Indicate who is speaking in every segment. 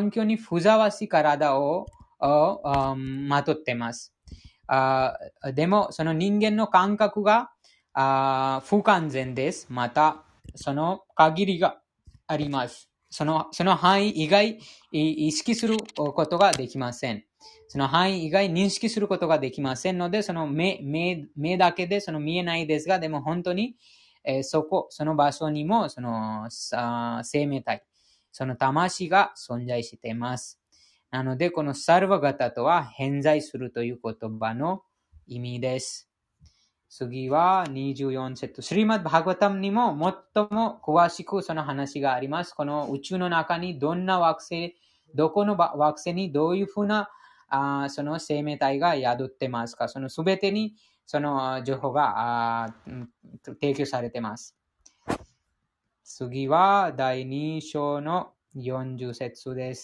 Speaker 1: 環境にふさわしい体をまとっています。でも、その人間の感覚が不完全です。また、その限りがあります。その範囲以外意識することができません。その範囲以外認識することができませんので、その目だけでその見えないですが、でも本当に、その場所にもその生命体、その魂が存在しています。なので、このサルバガタとは偏在するという言葉の意味です。次は24節。シリマッド・バーガタムにも最も詳しくその話があります。この宇宙の中にどんな惑星、どこの惑星にどういうふうなその生命体が宿ってますか。そのすべてにその情報が提供されています。次は第2章の40節です。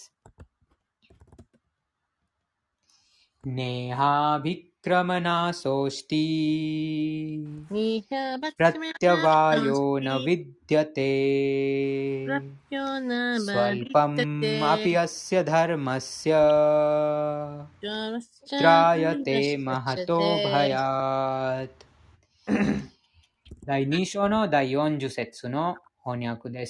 Speaker 1: ネハビクラマナソシティプラティバヨナヴィディアテスワルパムアピアスヤダルマスヤトラヤテマハトバヤ第2章の第40節の翻訳です。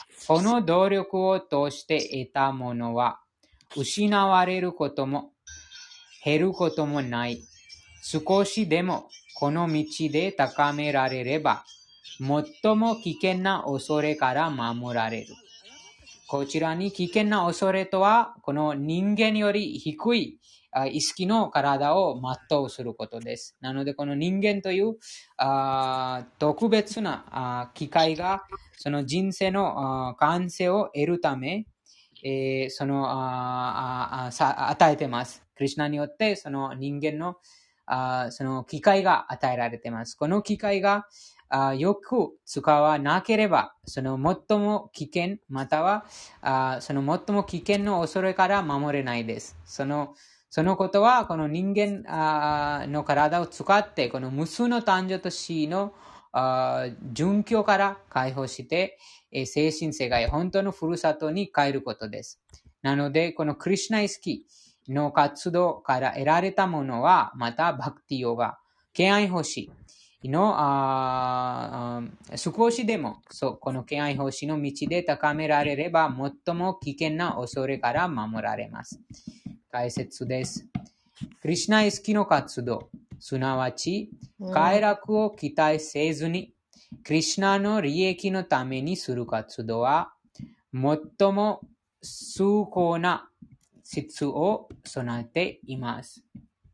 Speaker 1: この努力を通して得たものは失われることも減ることもない。少しでもこの道で高められれば、最も危険な恐れから守られる。こちらに危険な恐れとは、この人間より低い意識の体を全うすることです。なので、この人間という特別な機会が、その人生の完成を得るため、その与えています。クリシュナによってその人間のその機会が与えられています。この機会がよく使わなければ、その最も危険、またはその最も危険の恐れから守れないです。そのことは、この人間の体を使って、この無数の誕生と死の殉教から解放して、精神世界、本当のふるさとに帰ることです。なので、このクリシュナイスキの活動から得られたものは、またバクティヨガ、敬愛奉仕の少しでもこの敬愛奉仕の道で高められれば、最も危険な恐れから守られます。解説です。クリシュナイスキの活動、すなわち、快楽を期待せずに、クリシュナの利益のためにする活動は、最も崇高な質を備えています。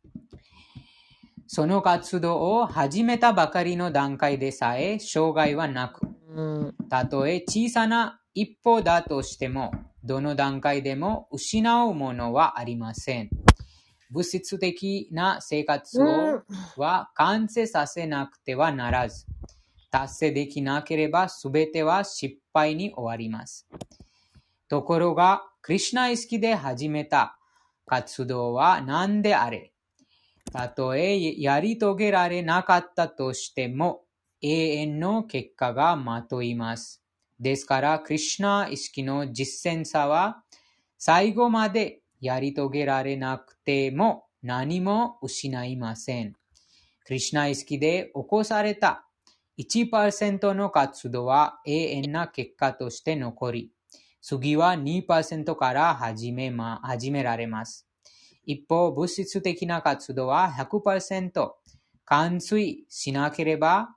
Speaker 1: その活動を始めたばかりの段階でさえ障害はなく、たとえ小さな一歩だとしても、どの段階でも失うものはありません。物質的な生活は完成させなくてはならず、達成できなければ全ては失敗に終わります。ところが、クリシュナ意識で始めた活動は何であれ、たとえやり遂げられなかったとしても、永遠の結果がまといます。ですから、クリシュナ意識の実践さは、最後までやり遂げられなくても何も失いません。クリシュナ意識で起こされた 1% の活動は永遠な結果として残り、次は 2% から始められます。一方、物質的な活動は 100% 完遂しなければ、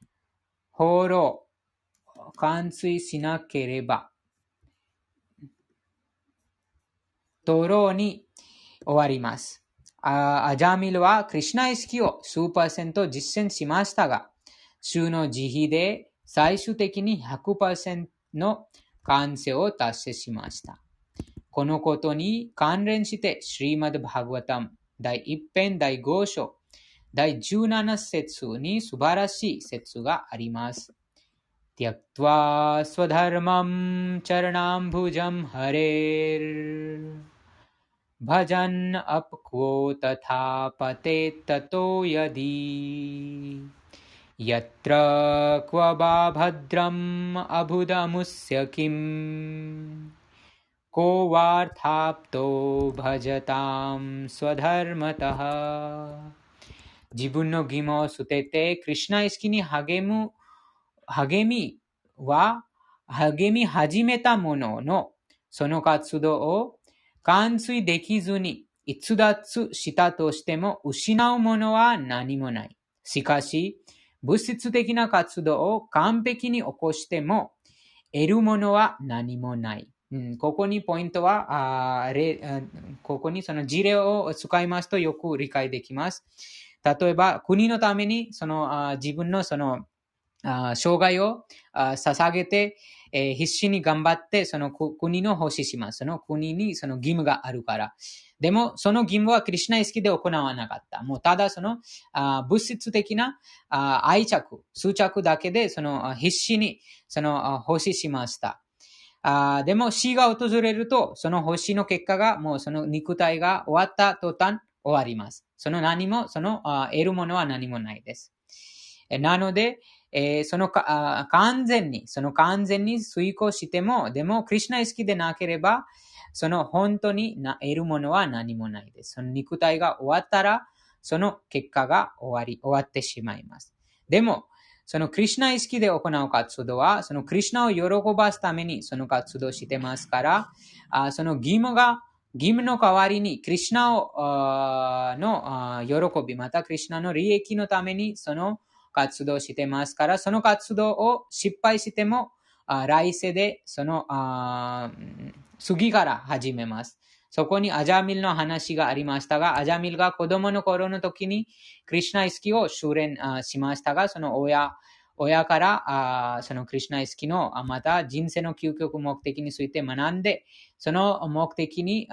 Speaker 1: 完遂しなければ、とろうに終わります。アジャミルはクリシュナ意識を数%実践しましたが、主の慈悲で最終的に 100% の完成を達成しました。このことに関連して、シリマッド・バーガワタム第1編第5章第17節に素晴らしい説があります。त्यक्त्वा स्वधर्मं चरणाम्बुजं हरेर् भजन् अपक्वो तथा पतेत् ततो यदि यत्र क्व वा भद्रम् अभुदमुस्य किम् को वार्थाप्तो भजतां स्वधर्मतः 自分の義務を捨てて、クリシュナ意識に励み始めたものの、その活動を完遂できずに逸脱したとしても失うものは何もない。しかし、物質的な活動を完璧に起こしても得るものは何もない。ここにポイントは、ここにその事例を使いますとよく理解できます。例えば、国のために自分の生涯を捧げて、必死に頑張って、その国の奉仕します。その国にその義務があるから。でも、その義務はクリシュナ意識で行わなかった。もうただその物質的な愛着、執着だけで、必死に奉仕しました。でも死が訪れると、その奉仕の結果がもうその肉体が終わった途端終わります。得るものは何もないです。なので、完全に遂行しても、でも、クリシュナ意識でなければ、本当に得るものは何もないです。その肉体が終わったら、その結果が終わってしまいます。でも、そのクリシュナ意識で行う活動は、そのクリシュナを喜ばすためにその活動してますから、その義務の代わりにクリシュナの喜び、またクリシュナの利益のためにその活動してますから、その活動を失敗しても、来世で次から始めます。そこにアジャミルの話がありましたが、アジャミルが子供の頃の時にクリシュナ意識を修練しましたが、その親からそのクリシュナ意識のまた人生の究極目的について学んで、その目的に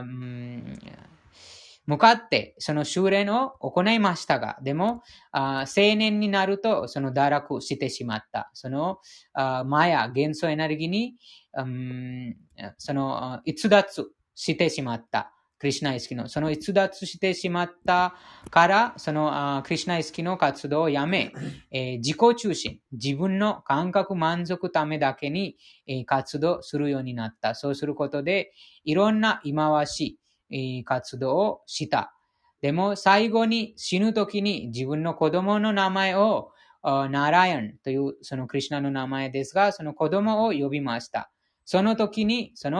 Speaker 1: 向かってその修練を行いましたが、でも青年になるとその堕落してしまった。そのマヤ、元素エネルギーに逸脱してしまった。クリシュナ意識の、逸脱してしまったから、クリシュナ意識の活動をやめ、自己中心、自分の感覚満足ためだけに、活動するようになった。そうすることで、いろんな忌まわしい、活動をした。でも、最後に死ぬときに自分の子供の名前を、ナラヤンというそのクリシュナの名前ですが、その子供を呼びました。その時に、クリ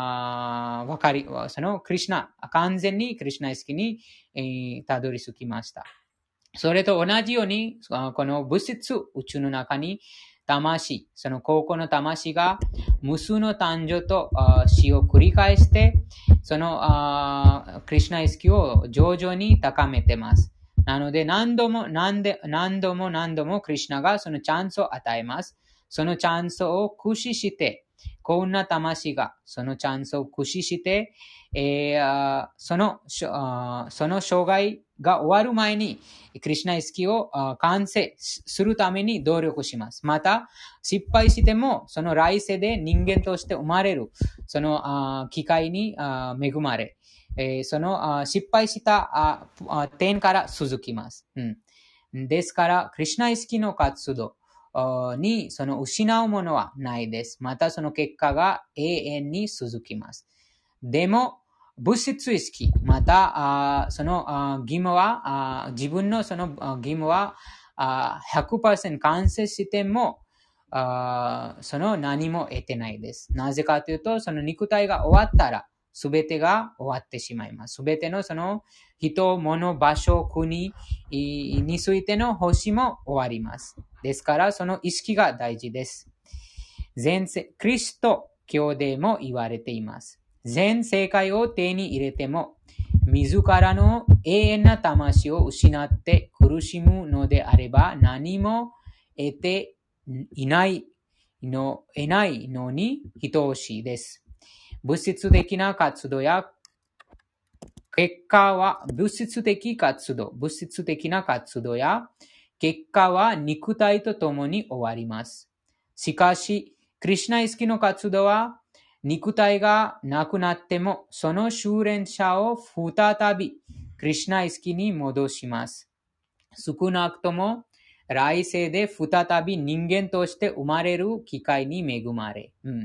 Speaker 1: シュナ、完全にクリシュナ意識に、たどり着きました。それと同じように、この物質宇宙の中に、魂、その高校の魂が無数の誕生と死を繰り返して、クリシュナ意識を徐々に高めてます。なので、何度もクリシュナがそのチャンスを与えます。そのチャンスを駆使して、こんな魂がそのチャンスを駆使して、その障害が終わる前に、クリシュナ意識を完成するために努力します。また、失敗しても、その来世で人間として生まれる、その機会に恵まれ、失敗した点から続きます。ですから、クリシュナ意識の活動に失うものはないです。またその結果が永遠に続きます。でも、物質意識、また、その義務は、自分のその義務は100% 完成しても、その何も得てないです。なぜかというと、その肉体が終わったら、すべてが終わってしまいます。すべてのその人、物、場所、国についての星も終わります。ですから、その意識が大事です。クリスト教でも言われています。全世界を手に入れても、自らの永遠な魂を失って苦しむのであれば、何も得ていないのに等しいです。物質的な活動や結果は、物質的な活動や結果は肉体とともに終わります。しかし、クリシュナ意識の活動は、肉体がなくなっても、その修練者を再びクリシュナ意識に戻します。少なくとも、来世で再び人間として生まれる機会に恵まれ。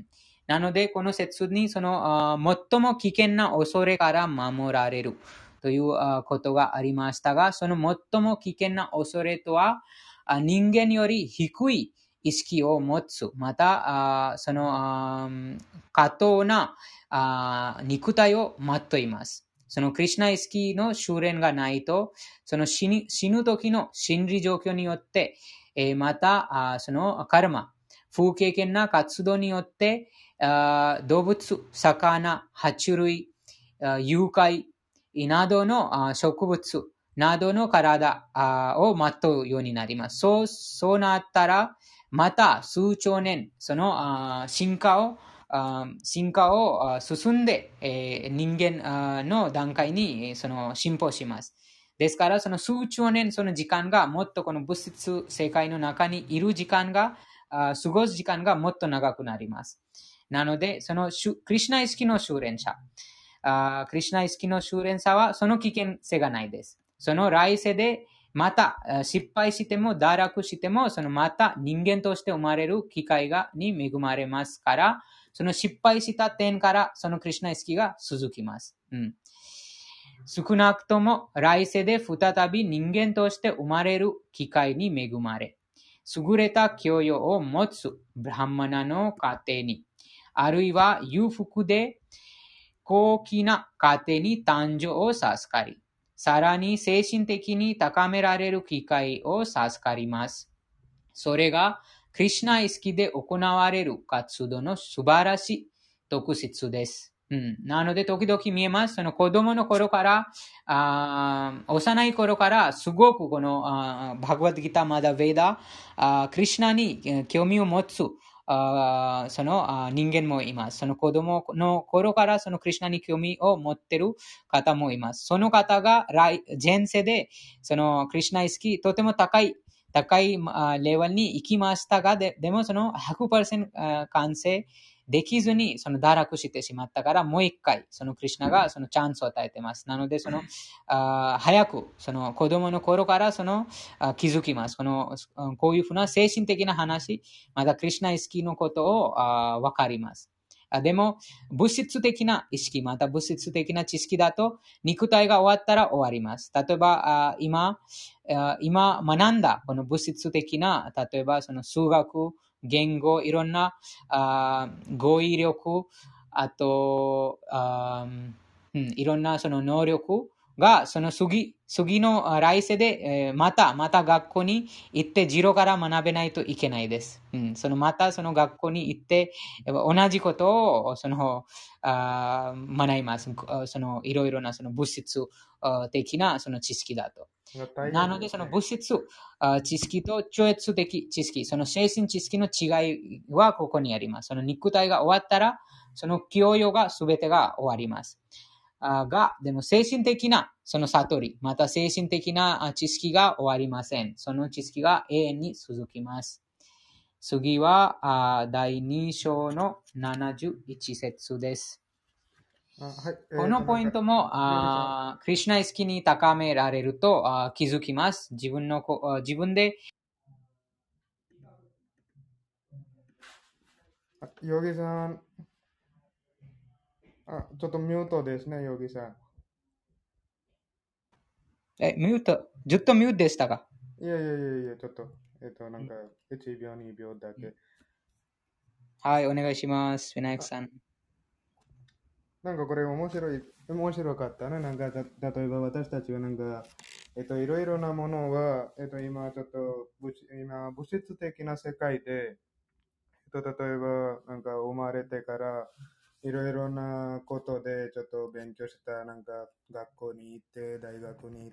Speaker 1: なので、この説に最も危険な恐れから守られるということがありましたが、その最も危険な恐れとは、人間より低い意識を持つ、また、過当な肉体を待っています。そのクリシュナ意識の修練がないと、その死ぬ時の心理状況によって、また、そのカルマ、不経験な活動によって、動物、魚、爬虫類、誘拐などの植物などの体を全うようになります。そうなったら、また数兆年、その進化を進んで、人間の段階にその進歩します。ですから、その数兆年、その時間がもっとこの物質世界の中にいる時間が、過ごす時間がもっと長くなります。なので、そのクリシュナ意識の修練者、クリシュナ意識の修練者はその危険性がないです。その来世でまた失敗しても堕落しても、そのまた人間として生まれる機会に恵まれますから、その失敗した点からそのクリシュナ意識が続きます。少なくとも来世で再び人間として生まれる機会に恵まれ、優れた教養を持つブラハマナの家庭に、あるいは裕福で高貴な家庭に誕生を授かり、さらに精神的に高められる機会を授かります。それがクリシュナ意識で行われる活動の素晴らしい特質です。なので、時々見えます。その子供の頃から、幼い頃から、すごくこの、バグワッドギター、まだヴェダ、クリシュナに興味を持つ、その人間もいます。その子供の頃からそのクリシュナに興味を持っている方もいます。その方が前世でそのクリシュナ意識とても高いレベルに行きましたが、でもその100%完成できずにその堕落してしまったから、もう一回そのクリシュナがそのチャンスを与えています。なので、早くその子供の頃から気づきます。こういうふうな精神的な話、またクリシュナ意識のことをわかります。でも、物質的な意識、また物質的な知識だと、肉体が終わったら終わります。例えば、今学んだこの物質的な、例えばその数学、言語、いろんな語彙力、あと、いろんなその能力が、その次の来世で、また学校に行って、ゼロから学べないといけないです。またその学校に行って、同じことを、学びます。いろいろなその物質的なその知識だと。なので、その物質知識と超越的知識、その精神知識の違いはここにあります。その肉体が終わったら、その教養が全てが終わります。でも精神的なその悟り、また精神的な知識が終わりません。その知識が永遠に続きます。次は第2章の71節です。このポイントもクリシュナ意識に高められると気づきます。自分で。
Speaker 2: ヨギさん、ちょっとミュートですね、ヨギさん。
Speaker 1: ミュート、ずっとミュートでしたか？
Speaker 2: いや、ちょっと、なんか、1秒、2秒だけ。
Speaker 1: はい、お願いします、ウィナイクさん。
Speaker 2: なんかこれ面白かったね。なんか、例えば私たちはなんか、いろいろなものは、今ちょっと今、物質的な世界で、例えば、なんか生まれてから、いろいろなことでちょっと勉強した、なんか学校に行って、大学に行って、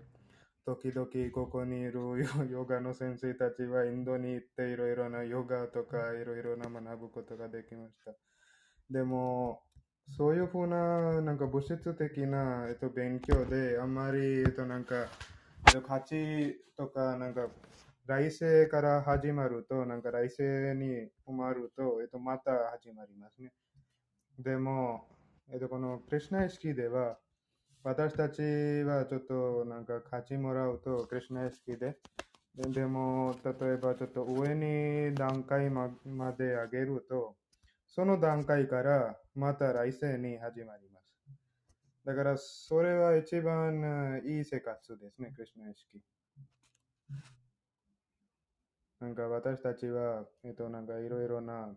Speaker 2: 時々ここにいるヨガの先生たちはインドに行っていろいろなヨガとかいろいろな学ぶことができました。でも、そういうふうな、なんか物質的な、勉強であんまり、なんか、価値とか、なんか、来世から始まると、なんか来世に埋まると、また始まりますね。でも、このクリシュナ意識では、私たちはちょっとなんか勝ちもらうと、クリシュナ意識でも、例えばちょっと上に段階まで上げると、 その段階からまた来世に始まります。だからそれは一番いい生活ですね、クリシュナ意識。なんか私たちは、なんかいろいろな、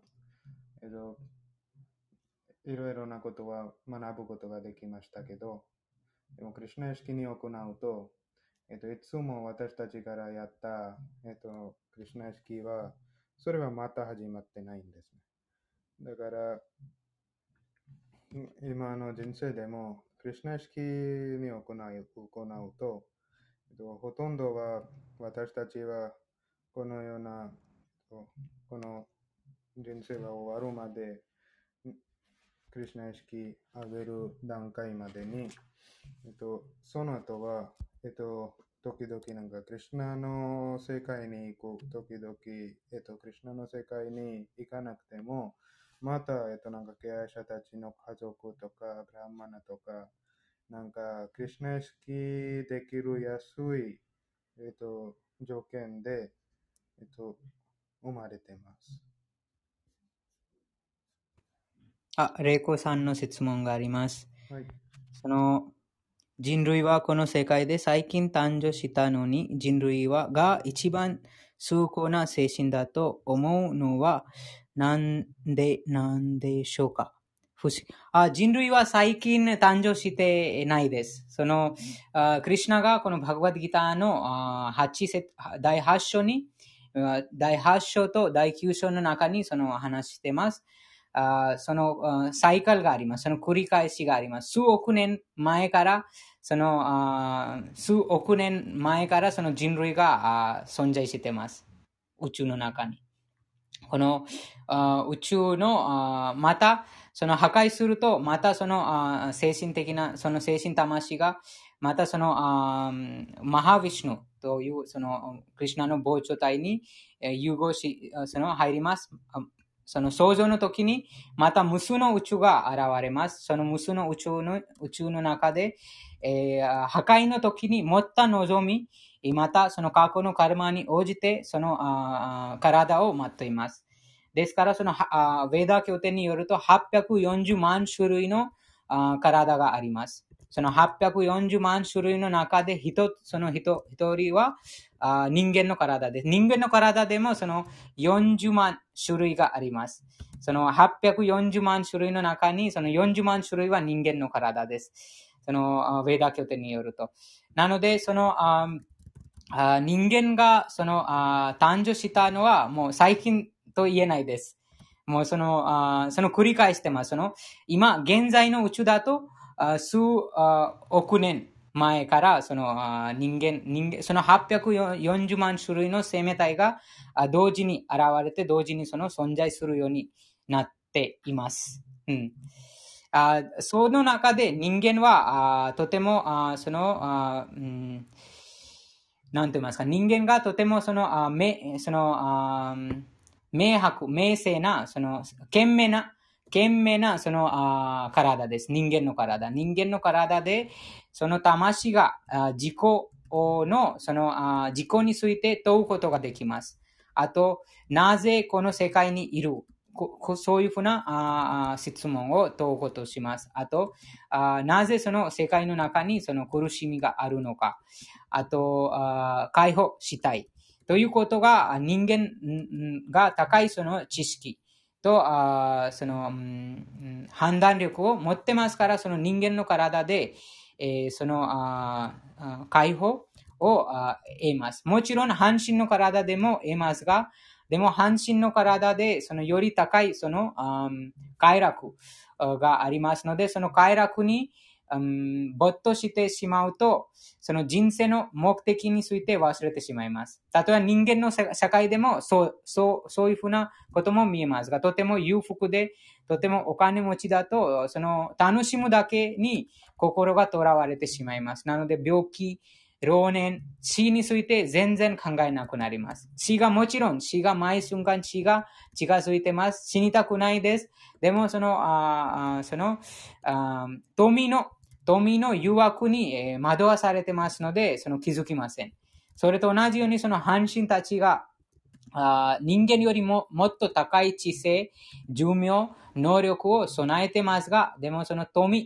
Speaker 2: いろいろなことは学ぶことができましたけど、でもクリシュナ意識に行うと、いつも私たちからやった、クリシュナ意識は、それはまた始まってないんですね。だから、今の人生でも、クリシュナ意識に行うと、ほとんどは私たちはこのような、この人生が終わるまで、クリシュナ意識上げる段階までに、その後は、時々なんか、クリシュナの世界に行く、時々、クリシュナの世界に行かなくても、また、なんか、敬愛者たちの家族とか、ブラハマナとか、なんか、クリシュナ意識できる安い、条件で、生まれてます。
Speaker 1: レイコさんの質問があります。
Speaker 2: はい。
Speaker 1: 人類はこの世界で最近誕生したのに、人類が一番崇高な精神だと思うのはなんでしょうか。人類は最近誕生してないです。クリシュナがこのバガバッドギターの第8章に、第8章と第9章の中に話してます。サイクルがあります。その繰り返しがあります。数億年前からその人類が存在しています。宇宙の中に。この宇宙のまた破壊すると、また精神的な精神魂がまたマハヴィシュヌというクリシュナの膨張体に融合し入ります。その創造の時にまた無数の宇宙が現れます。その無数の宇宙の中で、破壊の時に持った望み、またその過去のカルマに応じて体を持っています。ですからヴェーダ経典によると840万種類の体があります。その840万種類の中で一人は人間の体です。人間の体でもその40万種類があります。その840万種類の中にその40万種類は人間の体です。そのヴェーダ経典によると。なので人間が誕生したのはもう最近と言えないです。もう繰り返してます。今現在の宇宙だと数億年前から人間その840万種類の生命体が同時に現れて同時に存在するようになっています。その中で人間はとてもなんて言いますか、人間がとても明正な、懸命な体です。人間の体。人間の体で、その魂が自己について問うことができます。あと、なぜこの世界にいる？そういうふうな質問を問うことをします。あと、なぜその世界の中にその苦しみがあるのか。あと、解放したい。ということが人間が高いその知識と判断力を持ってますから、その人間の体で、解放を得ます。もちろん半身の体でも得ますが、でも半身の体でより高い快楽がありますので、その快楽に没頭してしまうと、その人生の目的について忘れてしまいます。例えば人間の社会でもそういうふうなことも見えますが、とても裕福で、とてもお金持ちだと、楽しむだけに心がとらわれてしまいます。なので病気、老年、死について全然考えなくなります。もちろん死が毎瞬間近づいてます。死にたくないです。でも富の誘惑に惑わされてますので、気づきません。それと同じように半身たちが人間よりももっと高い知性、寿命、能力を備えてますが、でもその富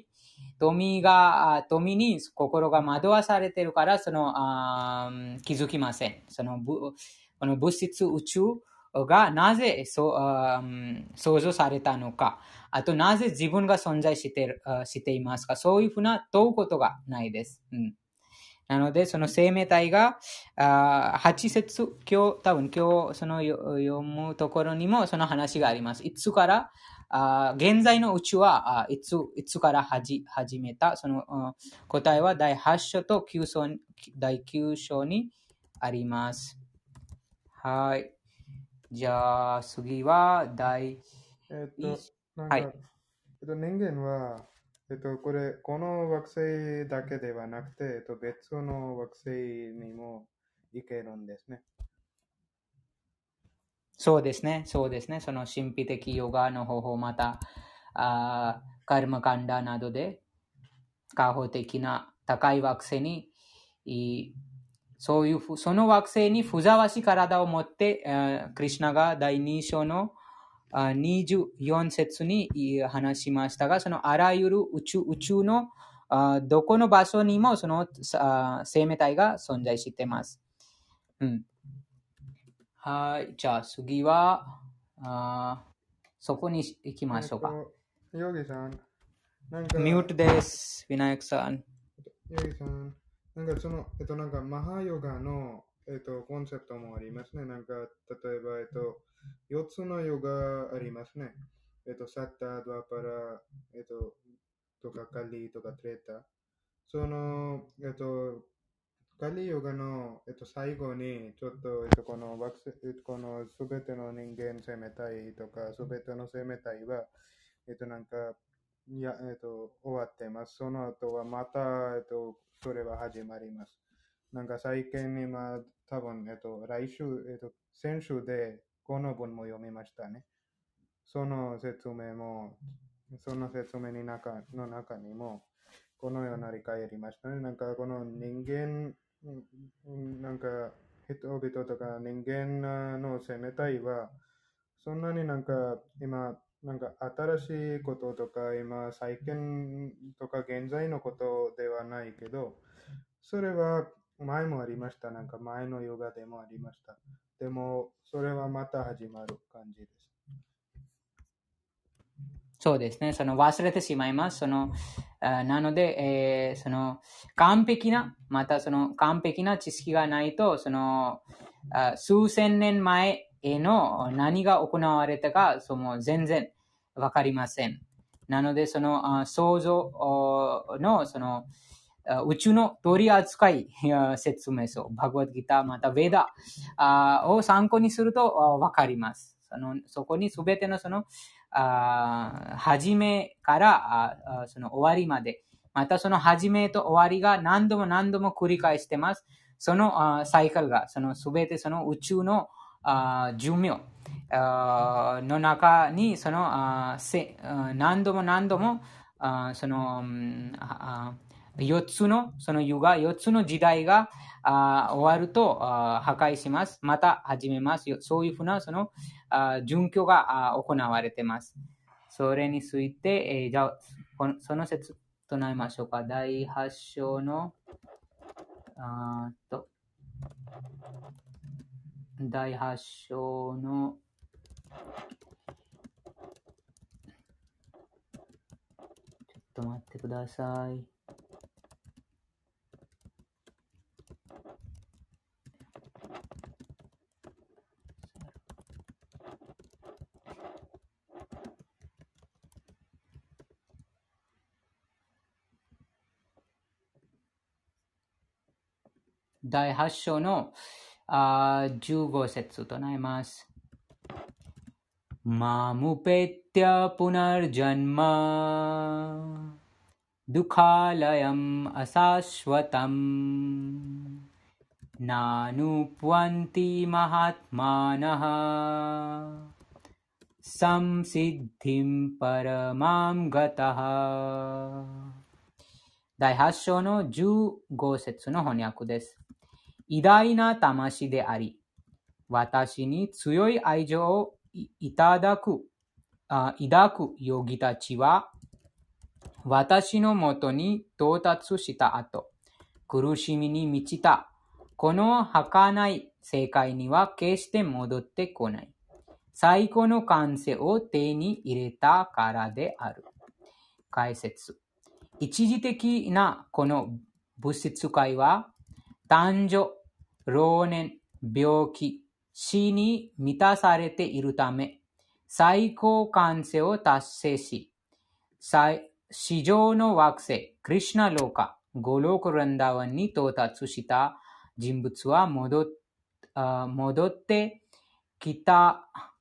Speaker 1: に心が惑わされているから、気づきません。この物質宇宙がなぜ創造されたのか、あとなぜ自分が存在していますか、そういうふうな問うことがないです。なので、その生命体が、8節、多分今日その読むところにもその話があります。いつから、現在のうちはいつから始めた、その答えは第8章と第9章にあります。はい。じゃあ次は第
Speaker 2: なんか、人間は、この惑星だけではなくて、別の惑星にも行けるんですね。
Speaker 1: そうですね。その神秘的ヨガの方法、また、カルマカンダなどで、開放的な高い惑星に、その惑星にふさわしい体を持って、クリシュナが第2章の24節に話しましたが、そのあらゆる宇宙のどこの場所にもその生命体が存在しています。はい、じゃあ次はそこに行きましょうか。
Speaker 2: ヨギさん、
Speaker 1: ミュートです、ビナヤクさん。
Speaker 2: ヨギさん、なんかマハヨガの、コンセプトもありますね。なんか、例えば、4つのヨガありますね。サッタ、ドアパラ、とかカリとかトレータ。その、カリヨガの、最後に、ちょっと、このすべての人間生命体とか、すべての生命体は、なんか、終わってます。その後はまた、それは始まります。なんか最近今、多分、来週、先週でこの文も読みましたね。その説明の中にも、このような理解ありましたね。なんかこの人間、なんか人々とか人間の生命体は、そんなになんか今、なんか新しいこととか今最近とか現在のことではないけど、それは前もありました。なんか前のヨガでもありました。でもそれはまた始まる感じです。
Speaker 1: そうですね。忘れてしまいます。なので、完璧な知識がないと、数千年前の何が行われたか、全然わかりません。なので、創造の、宇宙の取り扱い説明書、バグワッドギター、またヴェダを参考にするとわかります。そこにすべての始めから終わりまで、またその始めと終わりが何度も繰り返してます。そのサイクルが、すべてその宇宙の寿命の中に、何度も4つの4つの時代が終わると破壊します。また始めます。そういうふうな準拠が行われています。それについて、じゃあその説唱えましょうか。第8章の第8章のちょっと待ってください。第8章の15節となります。マムペッティアプナルジャンマドゥカラヤムアサシワタムナヌプワンティマハトマナハサムシッディンパラマムガタハ。第8章の15節の翻訳です。偉大な魂であり、 私に強い愛情を抱くヨギたちは、私のもとに到達した後、苦しみに満ちたこの儚い世界には決して戻ってこない。最高の感性を手に入れたからである。解説。一時的なこの物質界は、誕生、老年、病気、死に満たされているため、最高完成を達成し、地上の惑星、クリシュナローカ、ゴローク・ランダーワンに到達した人物は戻ってきた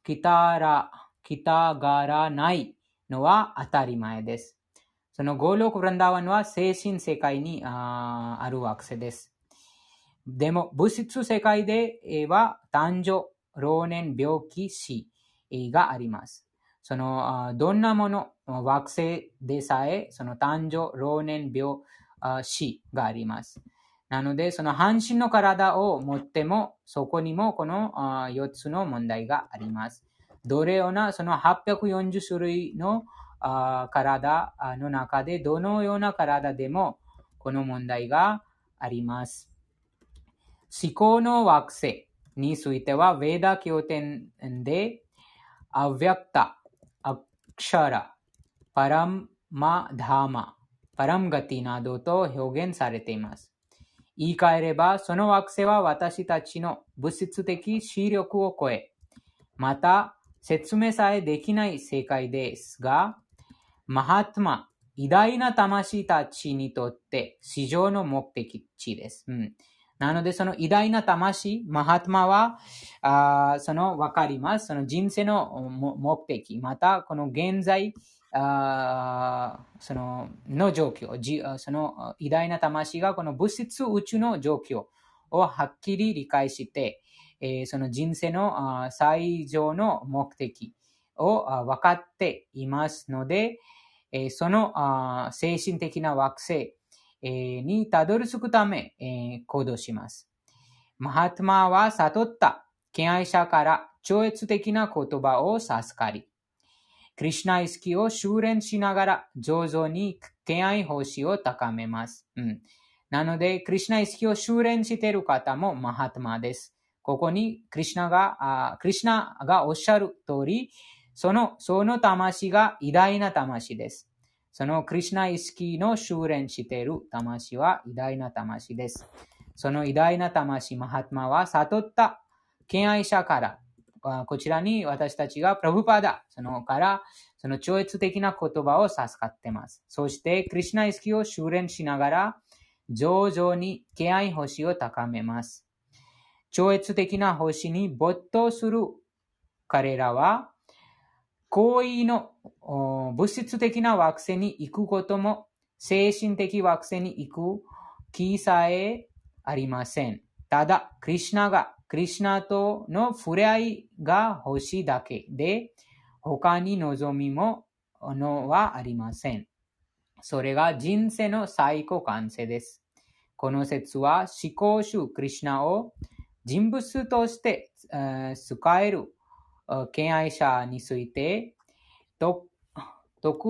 Speaker 1: がらないのは当たり前です。そのゴローク・ランダーワンは精神世界にある惑星です。でも、物質世界では誕生、老年、病気、死があります。そのどんなもの、惑星でさえ、その誕生、老年、病、死があります。なので、その半身の体を持っても、そこにもこの4つの問題があります。どれような、その840種類の体の中で、どのような体でも、この問題があります。思考の惑星については、ヴェーダ経典で、アヴィクタ、アクシャラ、パラムマダーマ、パラムガティなどと表現されています。言い換えれば、その惑星は私たちの物質的視力を超え、また説明さえできない世界ですが、マハトマ、偉大な魂たちにとって至上の目的地です。なので、その偉大な魂、マハトマは、その分かります。その人生の目的、またこの現在、その状況、その偉大な魂がこの物質宇宙の状況をはっきり理解して、その人生の最上の目的を分かっていますので、その精神的な惑星にたどり着くため行動します。マハトマは悟った敬愛者から超越的な言葉を授かり、クリシュナ意識を修練しながら上手に敬愛奉仕を高めます。なので、クリシュナ意識を修練している方もマハトマです。ここにクリシュナがおっしゃる通り、その魂が偉大な魂です。そのクリシュナ意識の修練している魂は偉大な魂です。その偉大な魂、マハトマは悟った敬愛者から、こちらに私たちがプラブパダからその超越的な言葉を授かっています。そしてクリシュナ意識を修練しながら上々に敬愛奉仕を高めます。超越的な奉仕に没頭する彼らは行為の物質的な惑星に行くことも精神的惑星に行く気さえありません。ただ、クリシュナとの触れ合いが欲しいだけで、他に望みものはありません。それが人生の最高完成です。この説は思考主クリシュナを人物として使える敬愛者について特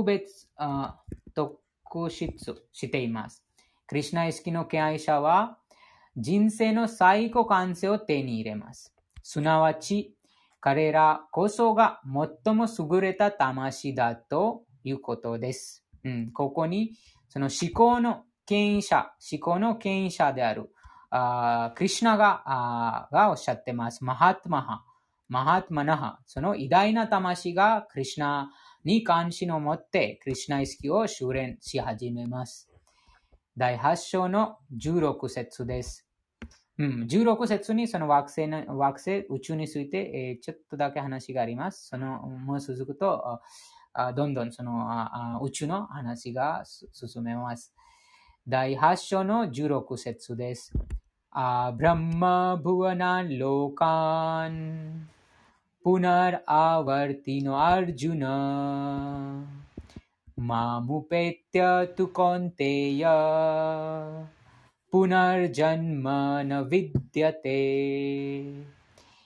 Speaker 1: 筆しています。クリシュナ意識の敬愛者は人生の最高完成を手に入れます。すなわち、彼らこそが最も優れた魂だということです。ここに、その思考の権威者であるクリシュナがおっしゃってます。マハトマナハ、その偉大な魂がクリシュナに関心を持ってクリシュナ意識を修練し始めます。第8章の16節です。16節にその惑星、宇宙について、ちょっとだけ話があります。もう続くと、どんどんその宇宙の話が進めます。第8章の16節です。ブラッマブワナンローカンプナルアワルティノアルジュナマムペティアトゥコンテヤPunarjanma na vidyate.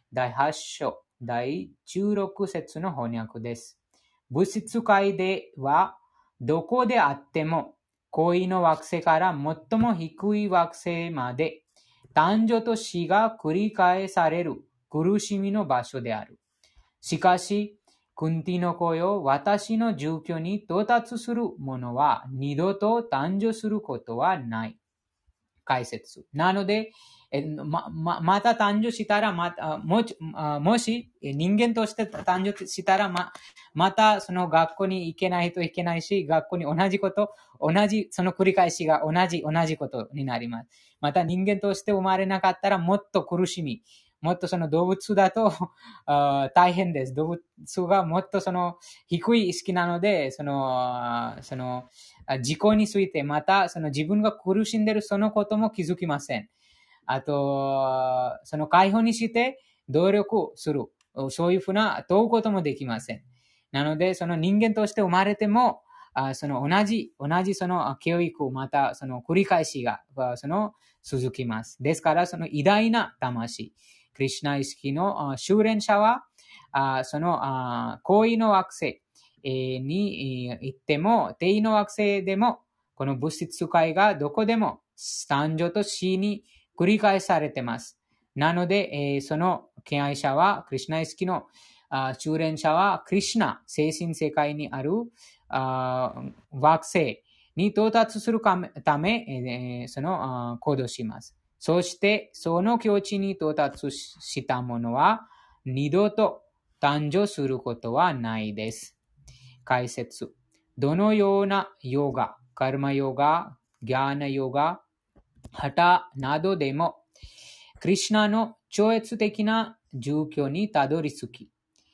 Speaker 1: 第8章第16節の翻訳です。物質界ではどこであっても恋の惑星から最も低い惑星まで誕生と死が繰り返される苦しみの場所である。しかし、クンティの子よ、私の住居に到達する者は二度と誕生することはない。解説。なので、また誕生したら、もし人間として誕生したら、またその学校に行けないといけないし、学校に同じこと、その繰り返しが同じことになります。また人間として生まれなかったらもっと苦しみ、もっとその動物だと大変です。動物がもっとその低い意識なので、その自己についてまたその自分が苦しんでいるそのことも気づきません。あと、その解放にして努力する。そういうふうな問うこともできません。なので、その人間として生まれても、その同じその教育、またその繰り返しがその続きます。ですから、その偉大な魂、クリシュナ意識の修練者は、その恋の惑星に行っても、定の惑星でも、この物質界がどこでも誕生と死に繰り返されています。なので、その敬愛者は、クリシュナ意識の修練者は、クリシュナ、精神世界にある惑星に到達するため、その行動します。そして、その境地に到達したものは、二度と誕生することはないです。解説。どのようなヨガ、カルマヨガ、ギャーナヨガ、ハタなどでも、クリシュナの超越的な住居にたどり着き、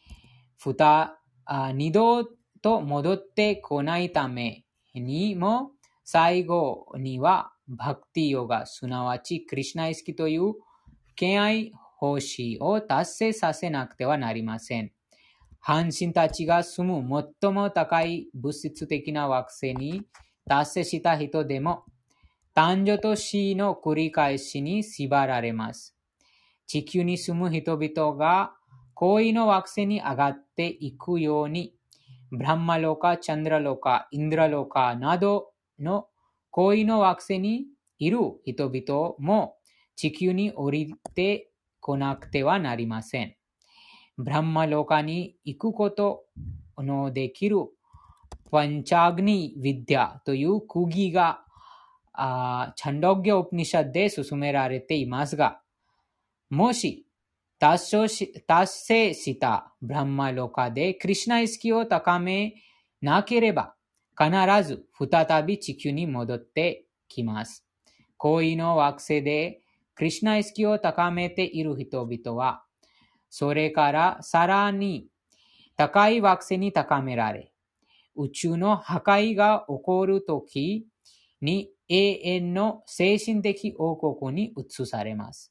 Speaker 1: 二度と戻ってこないためにも、最後にはバクティヨガ、すなわちクリシュナ意識という敬愛奉仕を達成させなくてはなりません。半身たちが住む最も高い物質的な惑星に達成した人でも、誕生と死の繰り返しに縛られます。地球に住む人々が恋の惑星に上がっていくように、ブランマロカ、チャンドラロカ、インドラロカなどの恋の惑星にいる人々も地球に降りてこなくてはなりません。ブランマロカに行くことのできるパンチャグニ・ヴィディアという区切がチャンドッギャ・ウプニシャで進められていますが、もし達成したブランマロカでクリシュナ意識を高めなければ、必ず再び地球に戻ってきます。恋の惑星でクリシュナ意識を高めている人々は、それからさらに高い惑星に高められ、宇宙の破壊が起こるときに永遠の精神的王国に移されます。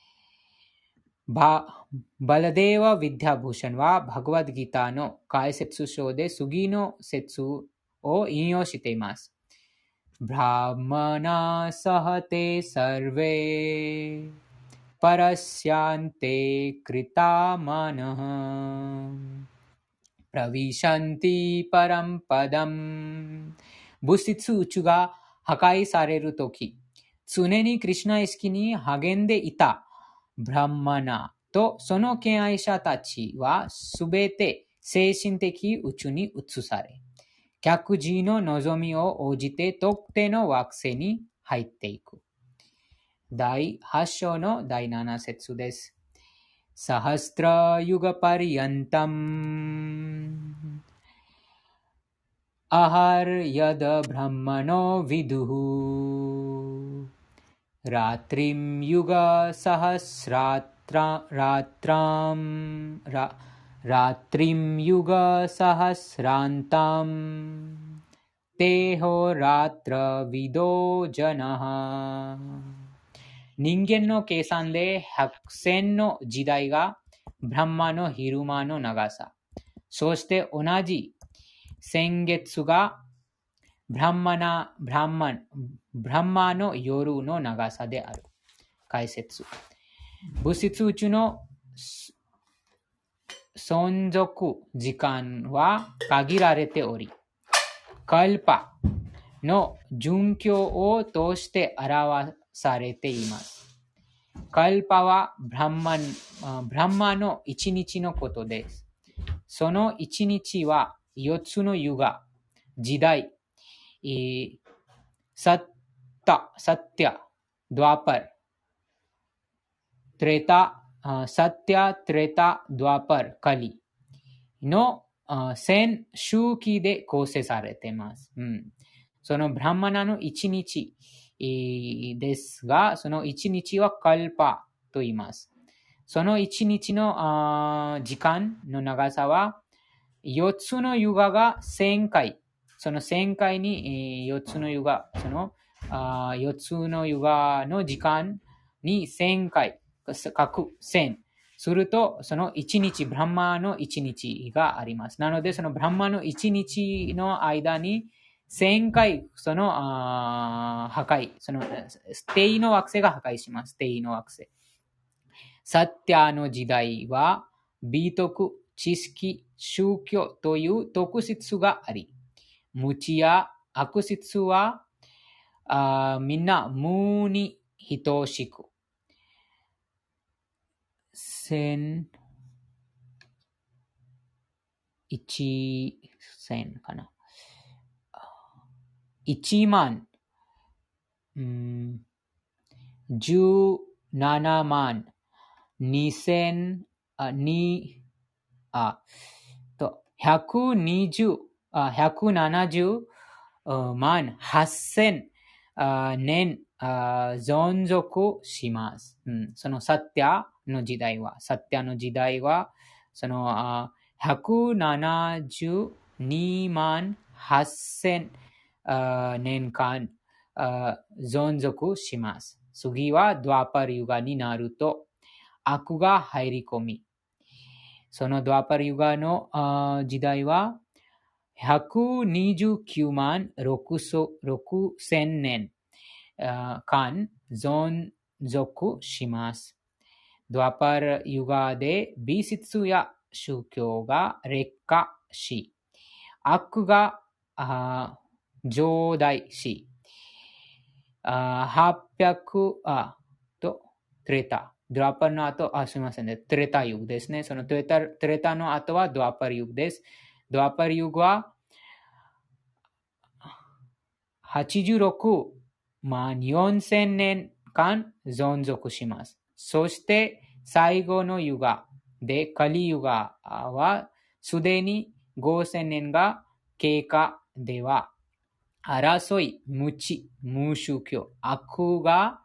Speaker 1: バラデーワ・ヴィディア・ブーシャンはバグワッドギターの解説書で次の説を引用しています。ブラマナサハテサルベパラシャンテクリタマナハプラヴィシャンティパランパダム。物質宇宙が破壊されるとき、常にクリシュナ意識に励んでいたブランマナとその敬愛者たちはすべて精神的宇宙に移され、客人の望みを応じて特定の惑星に入っていく。第8章の第7節です。サハストラユガパリヤンタムアハルヤダブランマノヴィドゥラトリムユガサハスラトリムユガサハスランタムテホラトラヴィドジャナハ。人間の計算で100,000の時代がブランマの昼間の長さ。そして同じ先月がブランマの夜の長さである。解説。物質宇宙の存続時間は限られており、カルパの殉教を通して表されています。カルパはブランマの一日のことです。その一日は4つのユガ、時代、サッテャ、ドワパル、トレタ、サッテャ、トレタ、ドワパル、カリの1000周期で構成されています。そのブランマナの一日ですが、その一日はカルパと言います。その一日の時間の長さは4つのユガが1000回。その1000回に4つのユガ、その4つのユガの時間に1000回、各1000。すると、その1日、ブランマの1日があります。なので、そのブランマの1日の間に1000回、その破壊、そのステイの惑星が破壊します。ステイの惑星。サッティアの時代は、美徳、知識、宗教という特質があり、無知や悪質はみんな無に等しく、1000かな。1万、17万、2000、170万8000年存続します。そのサッティアの時代は、その172万8000年間存続します。次はドワパリユガになると悪が入り込み、そのドワパリユガの時代は129万6000年間存続します。ドワパリユガで美術や宗教が劣化し、悪が増大し、800とトレタ。ドワパリの後、すみませんね。トレタユグですね。そのトレタの後はドワパリユグです。ドワパリユグは86万4000年間存続します。そして最後のユガでカリユガはすでに5000年が経過では争い、無知、無宗教、悪が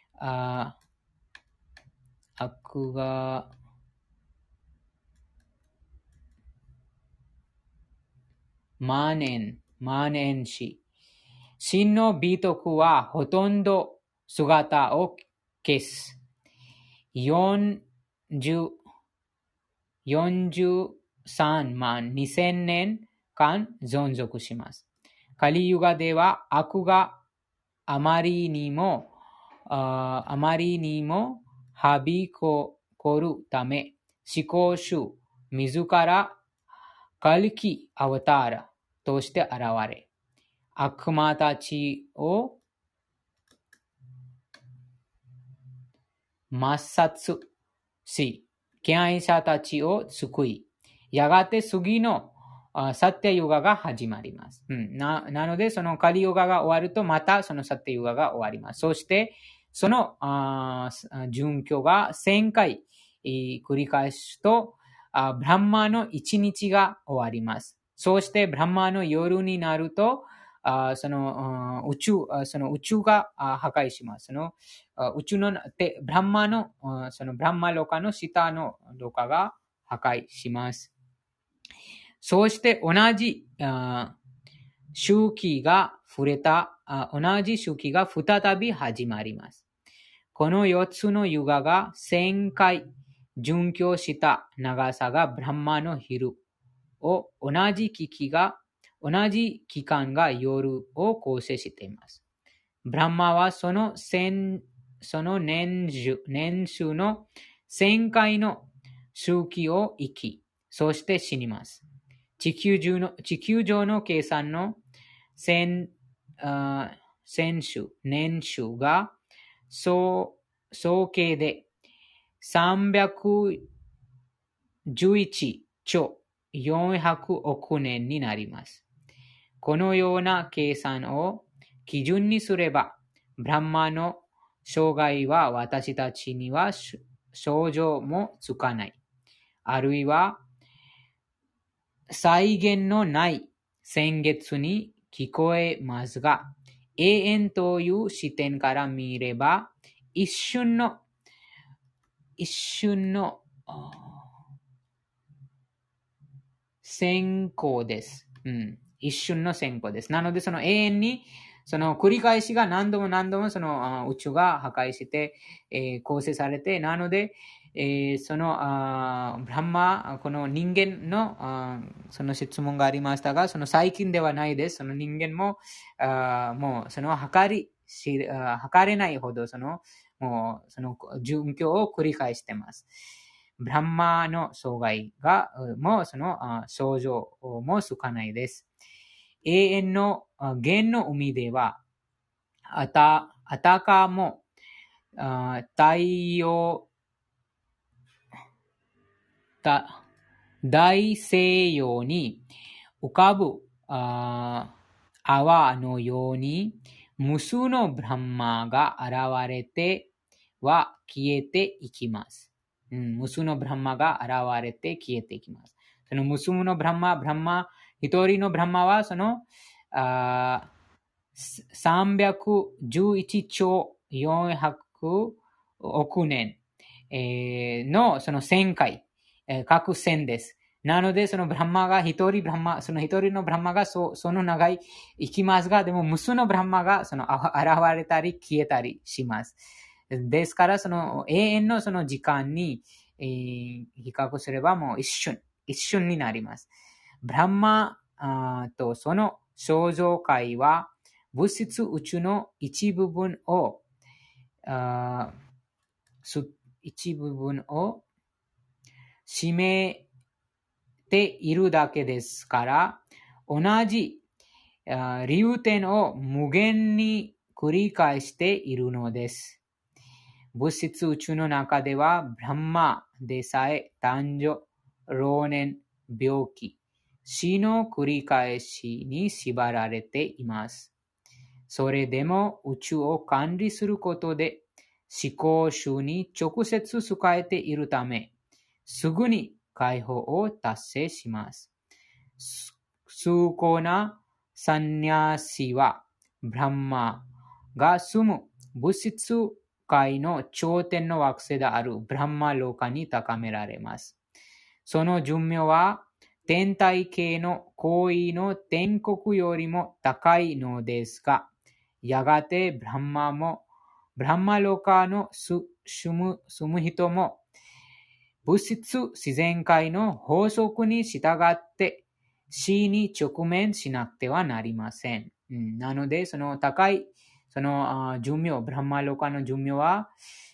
Speaker 1: 蔓延し、真の美徳はほとんど姿を消す。43万2000年間存続します。カリユガでは悪があまりにもはびこるため、思考主自らカルキアワターラとして現れ、悪魔たちを抹殺し、敬愛者たちを救い、やがて次のサッティユガが始まります。なので、そのカリユガが終わると、またそのサッティユガが終わります。そして、その殉教が1000回繰り返すと、ブランマの1日が終わります。そして、ブランマの夜になると、その宇宙が破壊します。その宇宙のブランマのそのブランマロカの下のロカが破壊します。そして同じ周期が再び始まります。この4つのユガが1000回殉教した長さがブランマの昼を同じ期間が夜を構成しています。ブランマはその年数の1000回の周期を生き、 そして死にます。地球上の計算の年数が総計で311兆400億年になります。このような計算を基準にすれば、ブランマの生涯は私たちには想像もつかない。あるいは、際限のない先月に聞こえますが、永遠という視点から見れば、一瞬の先行です。一瞬の先行です。なので、その永遠に、その繰り返しが何度もその宇宙が破壊して、構成されて、なので、そのブランマ、この人間のその質問がありましたが、その最近ではないです。その人間も、もうその測れないほど、もうその準拠を繰り返しています。ブランマの障害が、もうその症状も少ないです。永遠の源の海では、あたかも大西洋に浮かぶ泡のように、無数のブランマが現れては消えていきます。無数のブランマが現れて消えていきます。その無数のブランマ、一人のブランマはその311兆400億年のその1000回、各1000です。なので、そのブランマがその一人のブランマがその長い生きますが、でも無数のブランマがその現れたり消えたりします。ですから、その永遠のその時間に、比較すればもう一瞬になります。ブランマとその創造界は物質宇宙の一部分を占めているだけですから、同じ理由点を無限に繰り返しているのです。物質宇宙の中では、ブランマでさえ誕生、老年、病気、死の繰り返しに縛られています。それでも宇宙を管理することで思考主に直接使えているため、すぐに解放を達成します。崇高なサンニャシは、ブランマが住む物質界の頂点の惑星であるブランマローカに高められます。その寿命は天体系の行為の天国よりも高いのですが、やがてブランマローカの住む人も物質自然界の法則に従って死に直面しなくてはなりません。なので、その高いその寿命、ブランマローカの寿命は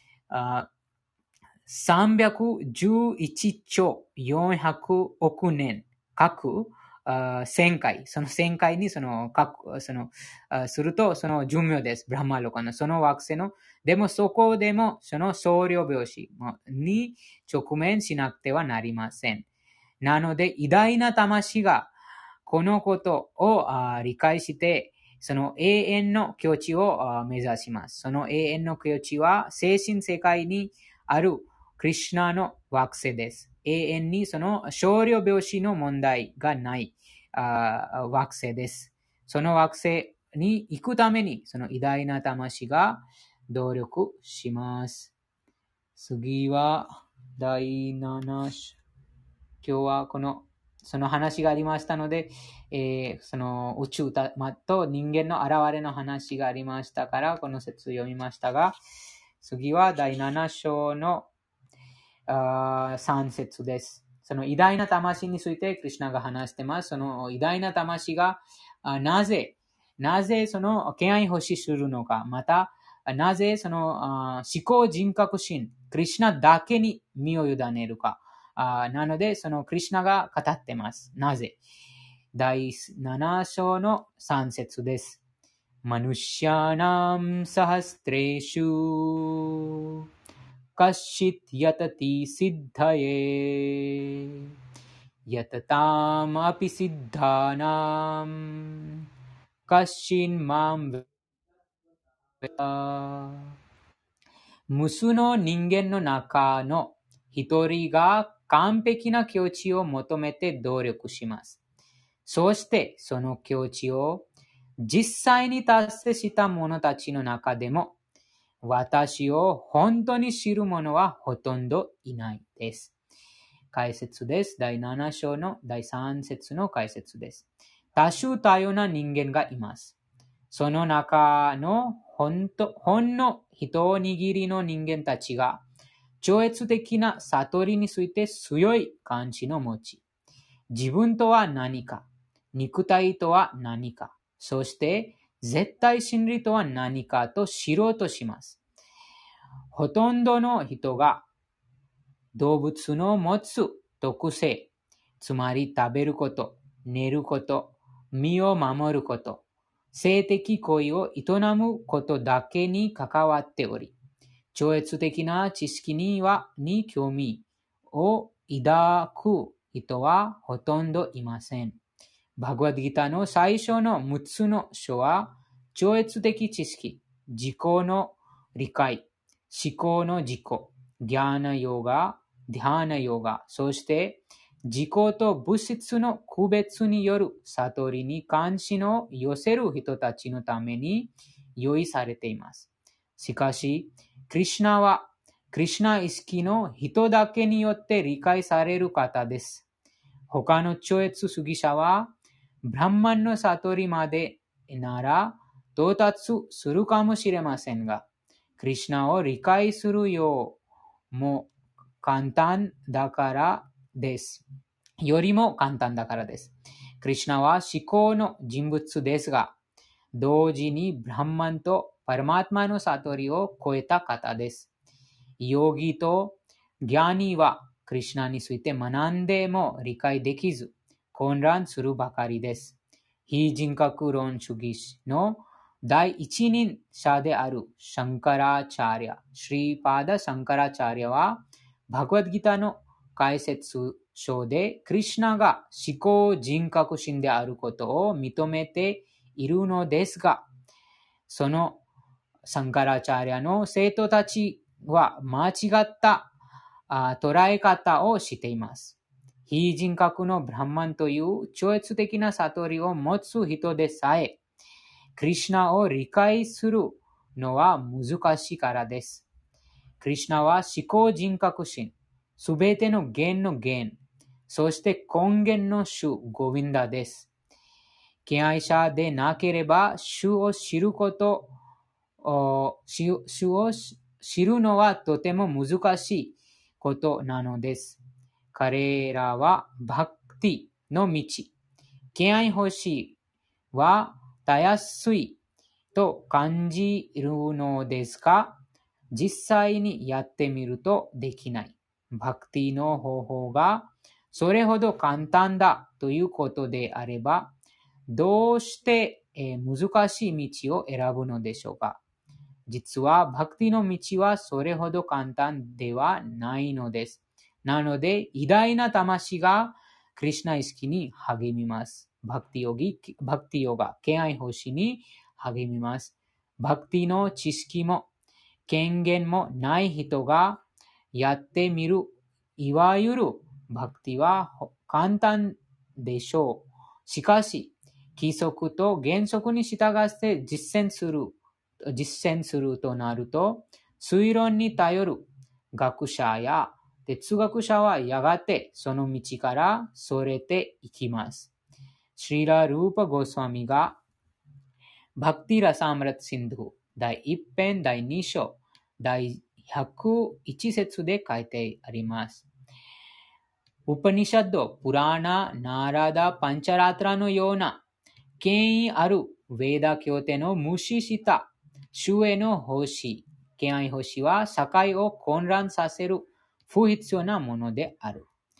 Speaker 1: 311兆400億年各1000回、その1000回にするとその寿命です。ブランマローカのその惑星の、でもそこでもその総量病死に直面しなくてはなりません。なので偉大な魂がこのことを理解して、その永遠の境地を目指します。その永遠の境地は精神世界にあるクリシュナの惑星です。永遠にその少量病死の問題がない惑星です。その惑星に行くために、その偉大な魂が努力します。次は第7章。今日はその話がありましたので、その宇宙と人間の現れの話がありましたから、この説を読みましたが、次は第7章の3節です。その偉大な魂についてクリシュナが話しています。その偉大な魂がなぜその敬愛欲しするのか、またなぜその思考人格心、クリシュナだけに身を委ねるか、 なので、そのクリシュナが語ってます。なぜ？第7章の3節です。マヌシャナムサハストレシュカシッヤタティシッダエヤタタムアピシッダナムカシンマムベタ無数の人間の中の一人が完璧な境地を求めて努力します。そしてその境地を実際に達成した者たちの中でも私を本当に知る者はほとんどいないです。解説です。第7章の第3節の解説です。多種多様な人間がいます。その中のほんの一握りの人間たちが超越的な悟りについて強い関心を持ち、自分とは何か、肉体とは何か、そして絶対真理とは何かと知ろうとします。ほとんどの人が動物の持つ特性、つまり食べること、寝ること、身を守ること、性的行為を営むことだけに関わっており、超越的な知識に興味を抱く人はほとんどいません。バグワッドギターの最初の6つの書は、超越的知識、自己の理解、思考の自己、ギャーナヨガ、ディハーナヨガ、そして自己と物質の区別による悟りに関心を寄せる人たちのために用意されています。しかし、クリシュナはクリシュナ意識の人だけによって理解される方です。他の超越主義者は、ブランマンの悟りまでなら到達するかもしれませんが、クリシュナを理解するようも簡単だからです。よりも簡単だからです。クリシュナは思考の人物ですが、同時にブランマンとパラマートマの悟りを超えた方です。ヨギとギャニはクリシュナについて学んでも理解できず、混乱するばかりです。非人格論主義の第一人者であるシャンカラチャーリア、シリーパーダ・シャンカラチャーリアは、バグワッドギターの解説書でクリシュナが思考人格心であることを認めているのですが、そのシャンカラチャーリアの生徒たちは間違った捉え方をしています。非人格のブランマンという超越的な悟りを持つ人でさえ、クリシュナを理解するのは難しいからです。クリシュナは思考人格心、すべての源の源、そして根源の主、ゴヴィンダです。敬愛者でなければ、主を知るのはとても難しいことなのです。彼らはバクティの道、敬愛欲しいはたやすいと感じるのですが、実際にやってみるとできない。バクティの方法がそれほど簡単だということであれば、どうして難しい道を選ぶのでしょうか。実はバクティの道はそれほど簡単ではないのです。なので、偉大な魂がクリシュナ意識に励みます。バクティヨガ、敬愛欲しに励みます。バクティの知識も権限もない人がやってみる、いわゆるバクティは簡単でしょう。しかし、規則と原則に従って実践するとなると、推論に頼る学者や哲学者はやがてその道からそれていきます。シリラ・ルーパ・ゴスワミがバクティ・ラサムラツ・シンドゥ第1編第2章第101節で書いてあります。ウパニシャッド、プラーナ、ナーラダ、パンチャラトラのような権威あるヴェーダ経典を無視した主への奉仕、敬愛奉仕は社会を混乱させる不必要なものである。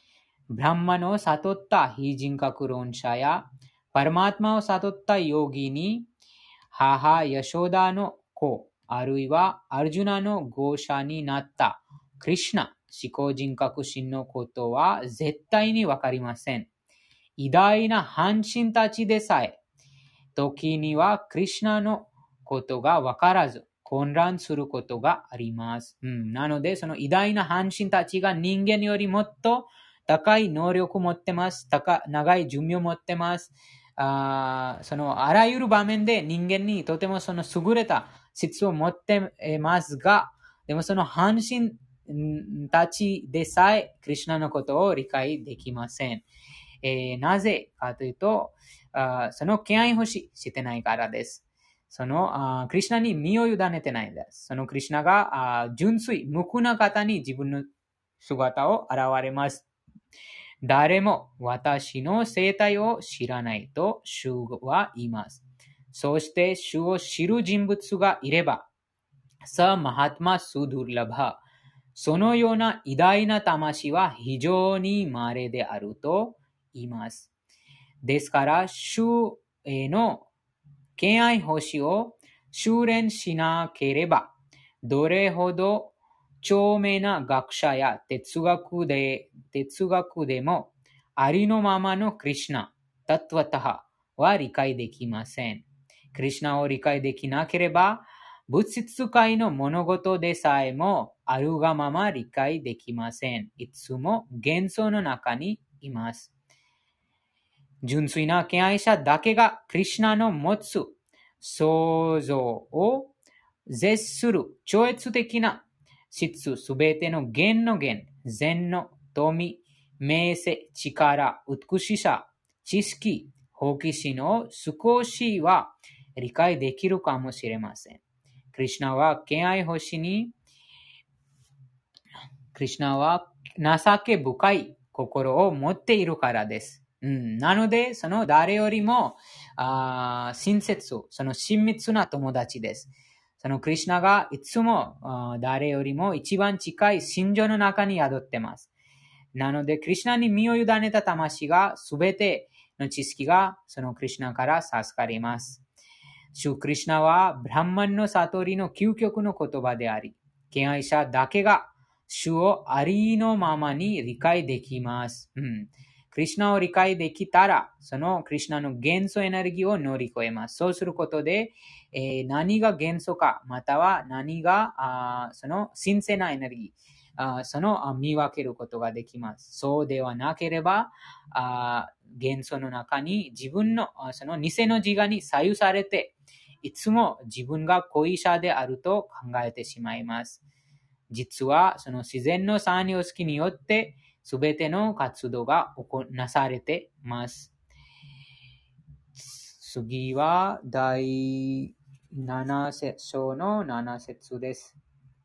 Speaker 1: ブランマの悟った非人格論者や、パラマートマを悟ったヨギに、母ヤショダの子、あるいはアルジュナの合者になったクリシュナ、思考人格心のことは絶対にわかりません。偉大な半身たちでさえ、時にはクリシュナのことがわからず、混乱することがあります。なので、その偉大な半身たちが人間よりもっと高い能力を持ってます。長い寿命を持ってます。そのあらゆる場面で人間にとてもその優れた質を持ってますが、でもその半身たちでさえ、クリシュナのことを理解できません。なぜかというと、その敬愛欲ししてないからです。そのクリシュナに身を委ねてないんです。そのクリシュナが純粋、無垢な方に自分の姿を現れます。誰も私の生態を知らないと主は言います。そして主を知る人物がいれば、サ・マハトマ・スドゥルラバ。そのような偉大な魂は非常に稀であると言います。ですから、主への敬愛星を修練しなければ、どれほど著名な学者や哲学でも、ありのままのクリシュナ、タトワタハは理解できません。クリシュナを理解できなければ、物質界の物事でさえもあるがまま理解できません。いつも幻想の中にいます。純粋な敬愛者だけがクリシュナの持つ想像を絶する超越的な質すべての源の源、善の富、名声、力、美しさ、知識、好奇心を少しは理解できるかもしれません。クリシュナは敬愛星に、クリシュナは情け深い心を持っているからです。なので、その誰よりも親切、その親密な友達です。そのクリシュナがいつも誰よりも一番近い心情の中に宿っています。なので、クリシュナに身を委ねた魂がすべての知識がそのクリシュナから授かります。主クリシュナはブランマンの悟りの究極の言葉であり、敬愛者だけが主をありのままに理解できます。クリシュナを理解できたら、そのクリシュナの元素エネルギーを乗り越えます。そうすることで、何が元素か、または何がその神聖なエネルギー、その見分けることができます。そうではなければ、元素の中に自分のその偽の自我に左右されて、いつも自分が恋者であると考えてしまいます。実はその自然の三様式によってすべての活動がなされています。次は第7章の7節です。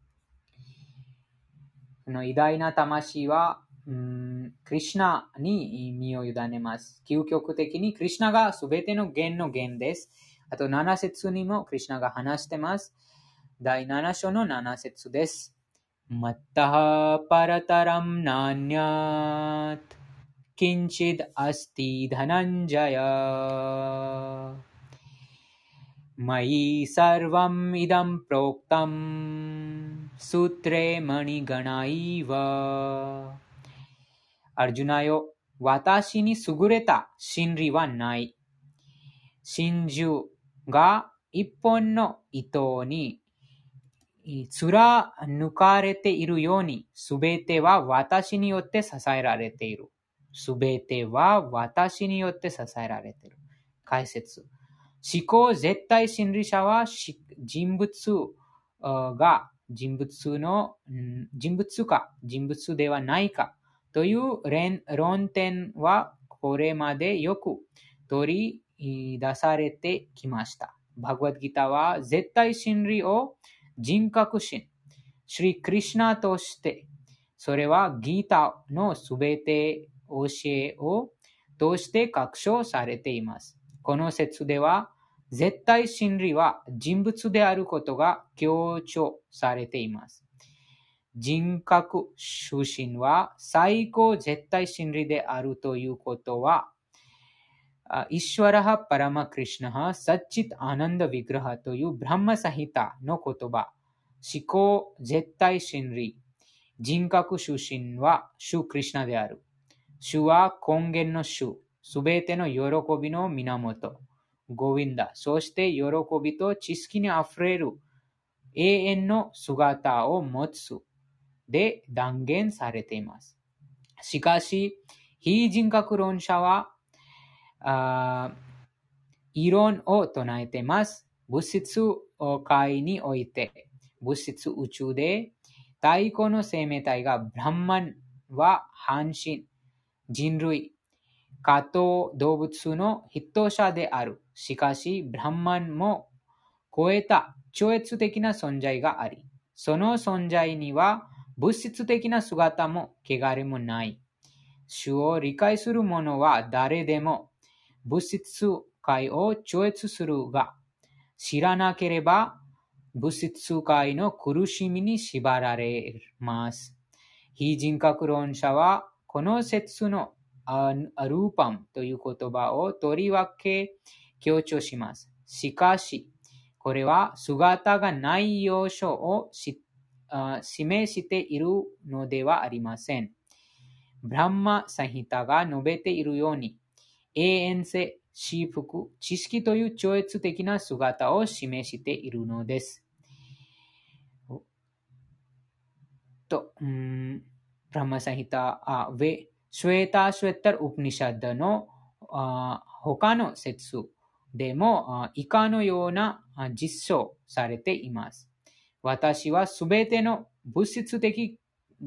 Speaker 1: その偉大な魂はクリシュナに身を委ねます。究極的にクリシュナがすべての源の源です。あと7節にもクリシュナが話しています。第7章の7節です。マッタハパラタラムナニャートキンチッアスティダナンジャヤマイサルヴァムイダムプロクタムスートレマニガナイワアルジュナよ、私に優れた真理はない。真珠が一本の糸に貫かれているように、すべては私によって支えられている。すべては私によって支えられている。解説。思考絶対真理者は人物か人物ではないかという論点はこれまでよく取り出されてきました。バグワッドギターは絶対真理を人格心、シリ・クリシュナとして、それはギータのすべて教えを通して確証されています。この説では、絶対真理は人物であることが強調されています。 人格出身は最高絶対真理であるということは、イシュワラハ・パラマ・クリシュナハ・サッチッアナンダ・ヴィグラハというブラハマサヒタの言葉、思考絶対真理、人格出身は主クリシュナである。主は根源の主、すべての喜びの源、ゴヴィンダ、そして喜びと知識にあふれる永遠の姿を持つで断言されています。しかし、非人格論者は異論を唱えています。物質界において、物質宇宙で太古の生命体がブランマンは半身、人類、下等動物の筆頭者である。しかし、ブランマンも超えた超越的な存在があり、その存在には物質的な姿も汚れもない。主を理解する者は誰でも物質界を超越するが、知らなければ物質界の苦しみに縛られます。非人格論者はこの説のアルーパムという言葉をとりわけ強調します。しかし、これは姿がない要素を示しているのではありません。ブランマサヒタが述べているように、永遠性、至福、知識という超越的な姿を示しているのです。ブランマサヒタ、シュエタ・シュエタル・ウプニシャダの他の説でも以下のような実証されています。私はすべての物質的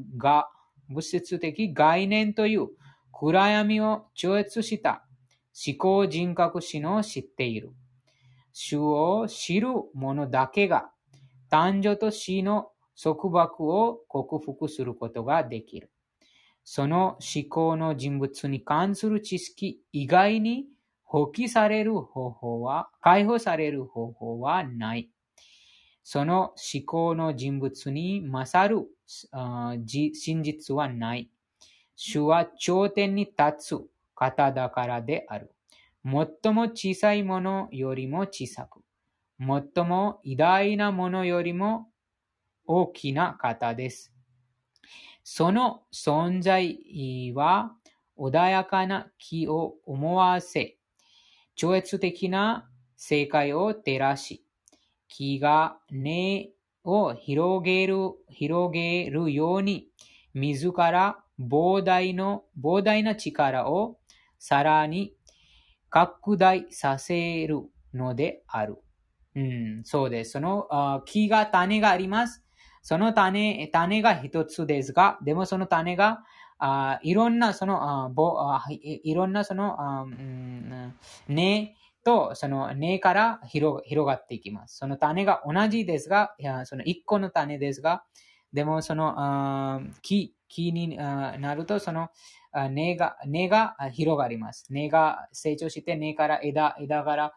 Speaker 1: 概念という暗闇を超越した思考人格心を知っている。主を知る者だけが誕生と死の束縛を克服することができる。その思考の人物に関する知識以外に解放される方法はない。その思考の人物に勝る真実はない。主は頂点に立つ方だからである。最も小さいものよりも小さく、最も偉大なものよりも大きな方です。その存在は穏やかな気を思わせ、超越的な世界を照らし、気が根を広げるように、自ら膨大な力をさらに拡大させるのである。そうです。その種があります。その種が一つですが、でもその種がいろんな根とその根から広がっていきます。その種が同じですが、その一個の種ですが、でもその木になるとその根が広がります。根が成長して根から枝から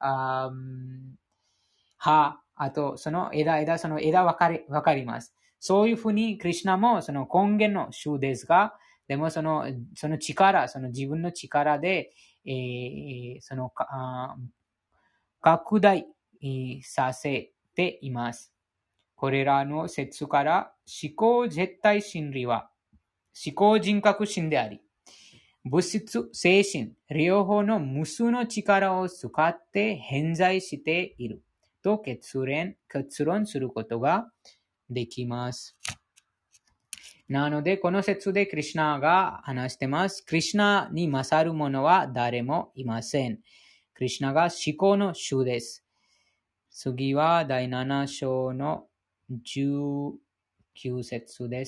Speaker 1: 葉、あとその枝分かります。そういうふうにクリシュナもその根源の主ですが、でもその力、その自分の力で、その拡大させています。これらの説から思考絶対真理は思考人格心であり、物質、精神、両方の無数の力を使って偏在していると結論することができます。なので、この説でクリシュナが話しています。クリシュナに勝る者は誰もいません。クリシュナが思考の主です。次は第7章の19節です。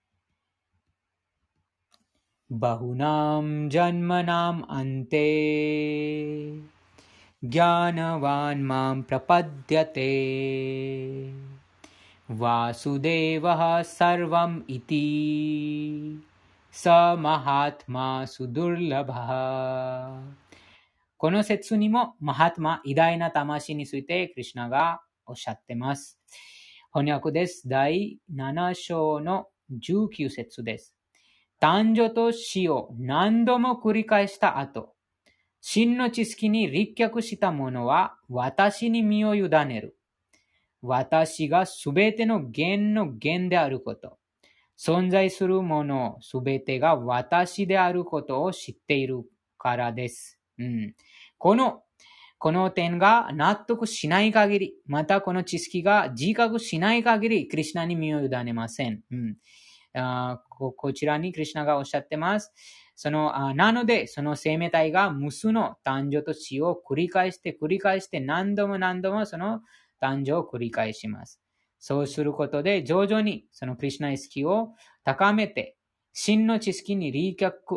Speaker 1: バフナムジャンマナムアンテギャナワンマンプラパディアテワスデヴァサルヴァムイティサマハトマスドゥルラバ。この説にもマハトマ、偉大な魂についてクリシュナがおっしゃっています。 翻訳です。第7章の19節です。誕生と死を何度も繰り返した後、真の知識に立脚した者は私に身を委ねる。私がすべての源の源であること。存在するものすべてが私であることを知っているからです。この点が納得しない限り、またこの知識が自覚しない限り、クリシュナに身を委ねません。こちらにクリシュナがおっしゃってます。なので、その生命体が無数の誕生と死を繰り返して何度もその誕生を繰り返します。そうすることで徐々にそのクリシュナ意識を高めて、真の知識に立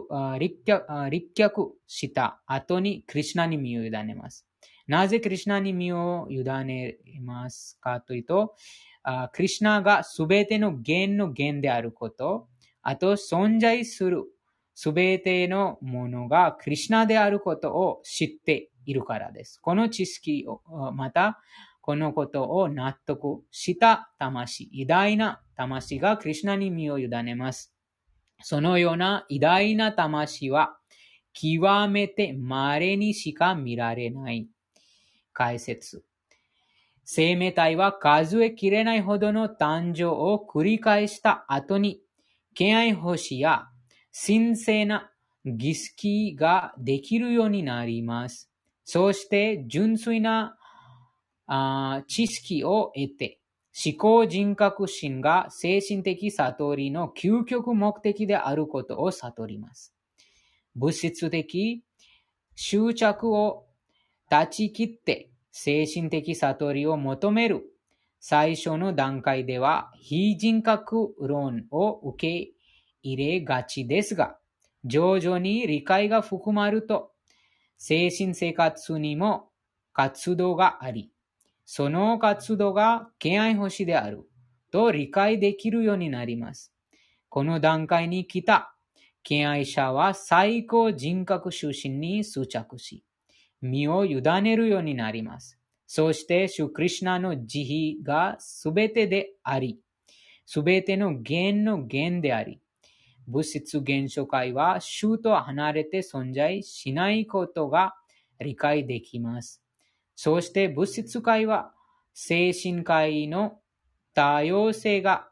Speaker 1: 脚した後にクリシュナに身を委ねます。なぜクリシュナに身を委ねますかというと、クリシュナがすべての源の源であること、あと存在するすべてのものがクリシュナであることを知っているからです。この知識を、またこのことを納得した魂、偉大な魂がクリシュナに身を委ねます。そのような偉大な魂は極めて稀にしか見られない。解説。生命体は数えきれないほどの誕生を繰り返した後に、敬愛奉仕や神聖な儀式ができるようになります。そして純粋な知識を得て、思考人格心が精神的悟りの究極目的であることを悟ります。物質的執着を断ち切って精神的悟りを求める最初の段階では非人格論を受け入れがちですが、徐々に理解が含まると精神生活にも活動があり、その活動が敬愛奉仕であると理解できるようになります。この段階に来た敬愛者は最高人格出身に執着し、身を委ねるようになります。そして主クリシュナの慈悲がすべてであり、すべての源の源であり、物質現象界は主と離れて存在しないことが理解できます。そして物質界は精神界の多様性が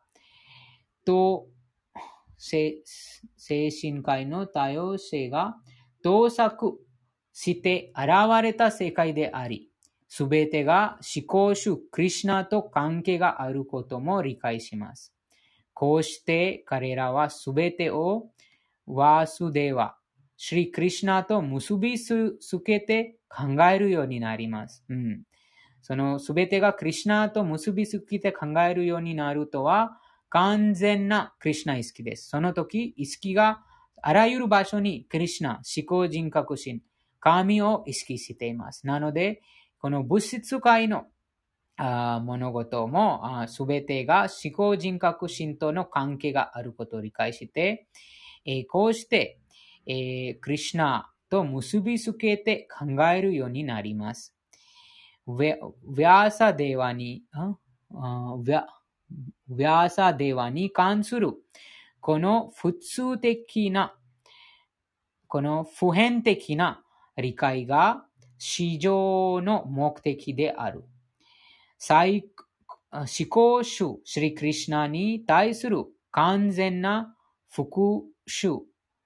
Speaker 1: 精神界の多様性が盗作して現れた世界であり、すべてが思考主クリシュナと関係があることも理解します。こうして彼らはすべてをワースデーワ、シリクリシュナと結びつけて考えるようになります。そのすべてがクリシュナと結びつけて考えるようになるとは、完全なクリシュナ意識です。その時、意識があらゆる場所にクリシュナ、思考人格心、神を意識しています。なので、この物質界の物事もすべてが思考人格心との関係があることを理解して、こうして、クリシュナと結びつけて考えるようになります。ヴィアサデワに関するこの普遍的な理解が至上の目的である。思考主シリクリシュナに対する完全な福従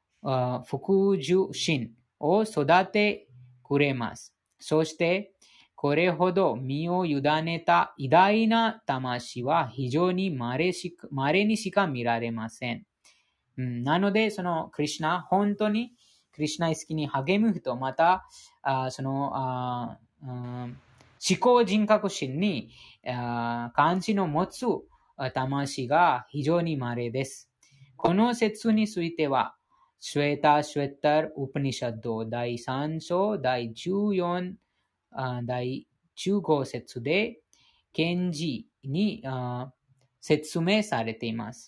Speaker 1: 心を育てくれます。そしてこれほど身を委ねた偉大な魂は非常に稀にしか見られません。なので、そのクリシュナ、本当にクリシュナ意識に励む人、また、思考人格心に関心を持つ魂が非常に稀です。この説については、シュエタ・シュエタル・ウパニシャッド第3章第14第15節で賢治に説明されています。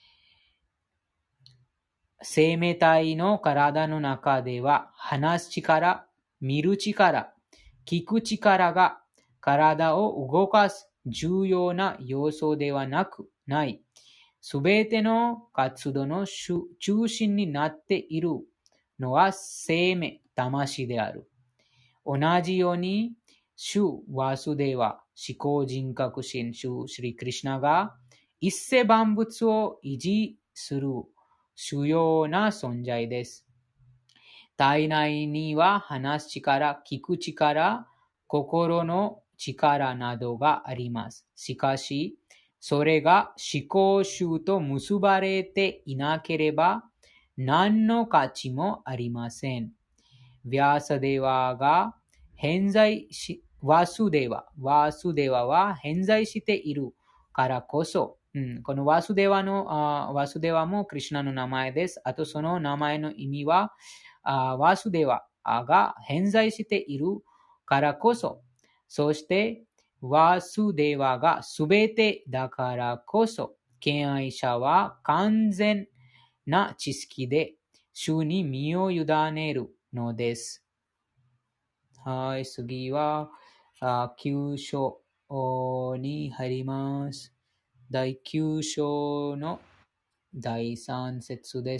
Speaker 1: 生命体の体の中では話す力、見る力、聞く力が体を動かす重要な要素ではない。すべての活動の中心になっているのは生命、魂である。同じように、主ワスデーワ、思考人格神主シリクリシュナが一切万物を維持する主要な存在です。体内には話す力、聞く力、心の力などがあります。しかし、それが思考集と結ばれていなければ、何の価値もありません。ヴィアサデワが偏在し、ワスデワは偏在しているからこそ、このワスデワもクリシュナの名前です。あとその名前の意味は、ワスデワが偏在しているからこそ、そしてワスデワがすべてだからこそ、敬愛者は完全な知識で主に身を委ねるのです。はい、次は9章に入ります。第9章の第3節です。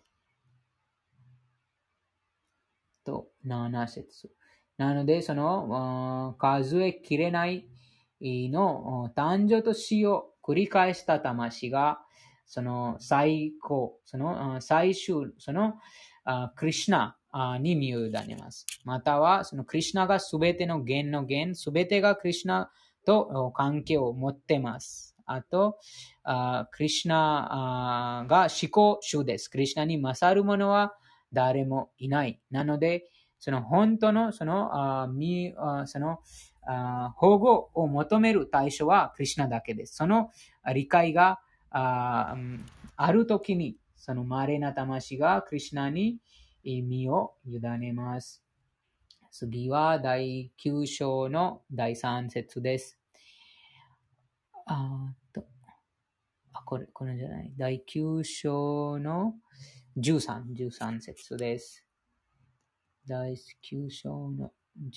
Speaker 1: と7節。なので、その数えきれないの誕生と死を繰り返した魂が、その最高、その最終、そのクリシュナに身を委ねます。または、そのクリシュナがすべての源の源、すべてがクリシュナと関係を持っています。あと、クリシュナが思考主です。クリシュナに勝る者は誰もいない。なので、その本当のその保護を求める対象はクリシュナだけです。その理解があるときに、その稀な魂がクリシュナに身を委ねます。次は第9章の第3節です。これじゃない。第9章の13節です。第9章の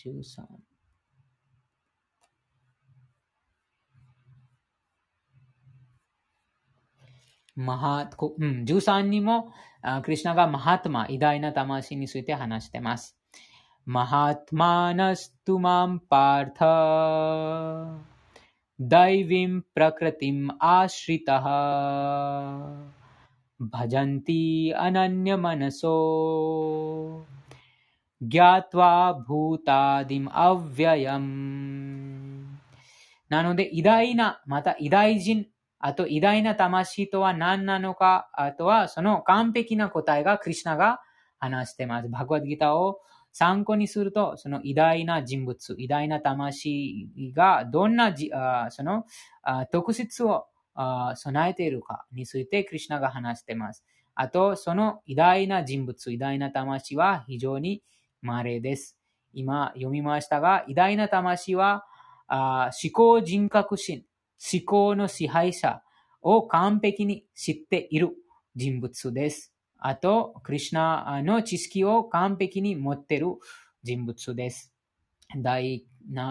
Speaker 1: 13。13にも、クリシュナがマハトマ、偉大な魂について話しています。マハトマナストゥマンパータダイヴィンプラクラティムアシリタハバジャンティアナニャマナソギャトワブータディムアヴィアヤム。なので、また偉大人、あと偉大な魂とは何なのか、あとはその完璧な答えがクリシュナが話しています。バグワッドギターを参考にすると、その偉大な人物、偉大な魂がどんなその特質を備えているかについてクリシュナが話しています。あと、その偉大な人物、偉大な魂は非常に稀です。今読みましたが、偉大な魂は思考人格心、思考の支配者を完璧に知っている人物です。あと、クリシュナの知識を完璧に持っている人物です。第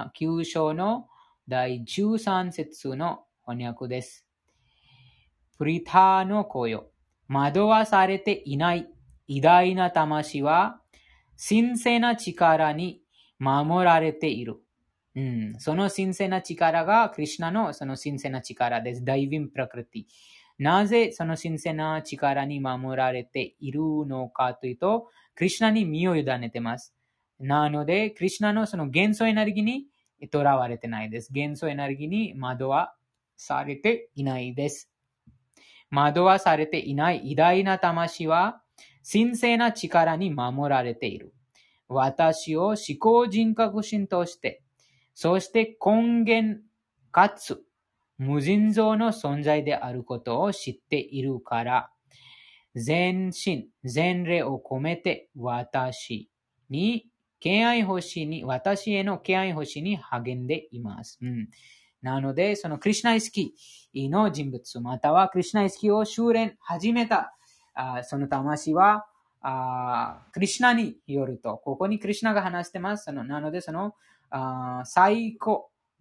Speaker 1: 9章の第13節の翻訳です。プリタの子よ。惑わされていない偉大な魂は、神聖な力に守られている。その神聖な力がクリシュナのその神聖な力です。ダイヴィンプラクリティ。なぜその神聖な力に守られているのかというと、クリシュナに身を委ねています。なので、クリシュナのその元素エネルギーにとらわれてないです。元素エネルギーに惑わされていないです。惑わされていない偉大な魂は、神聖な力に守られている。私を思考人格心として、そして根源かつ無尽蔵の存在であることを知っているから、全身、全霊を込めて私への敬愛欲しに励んでいます。なので、そのクリシュナイスキーの人物、またはクリシュナイスキーを修練始めた、その魂は、クリシュナによると、ここにクリシュナが話してます。なので、その最高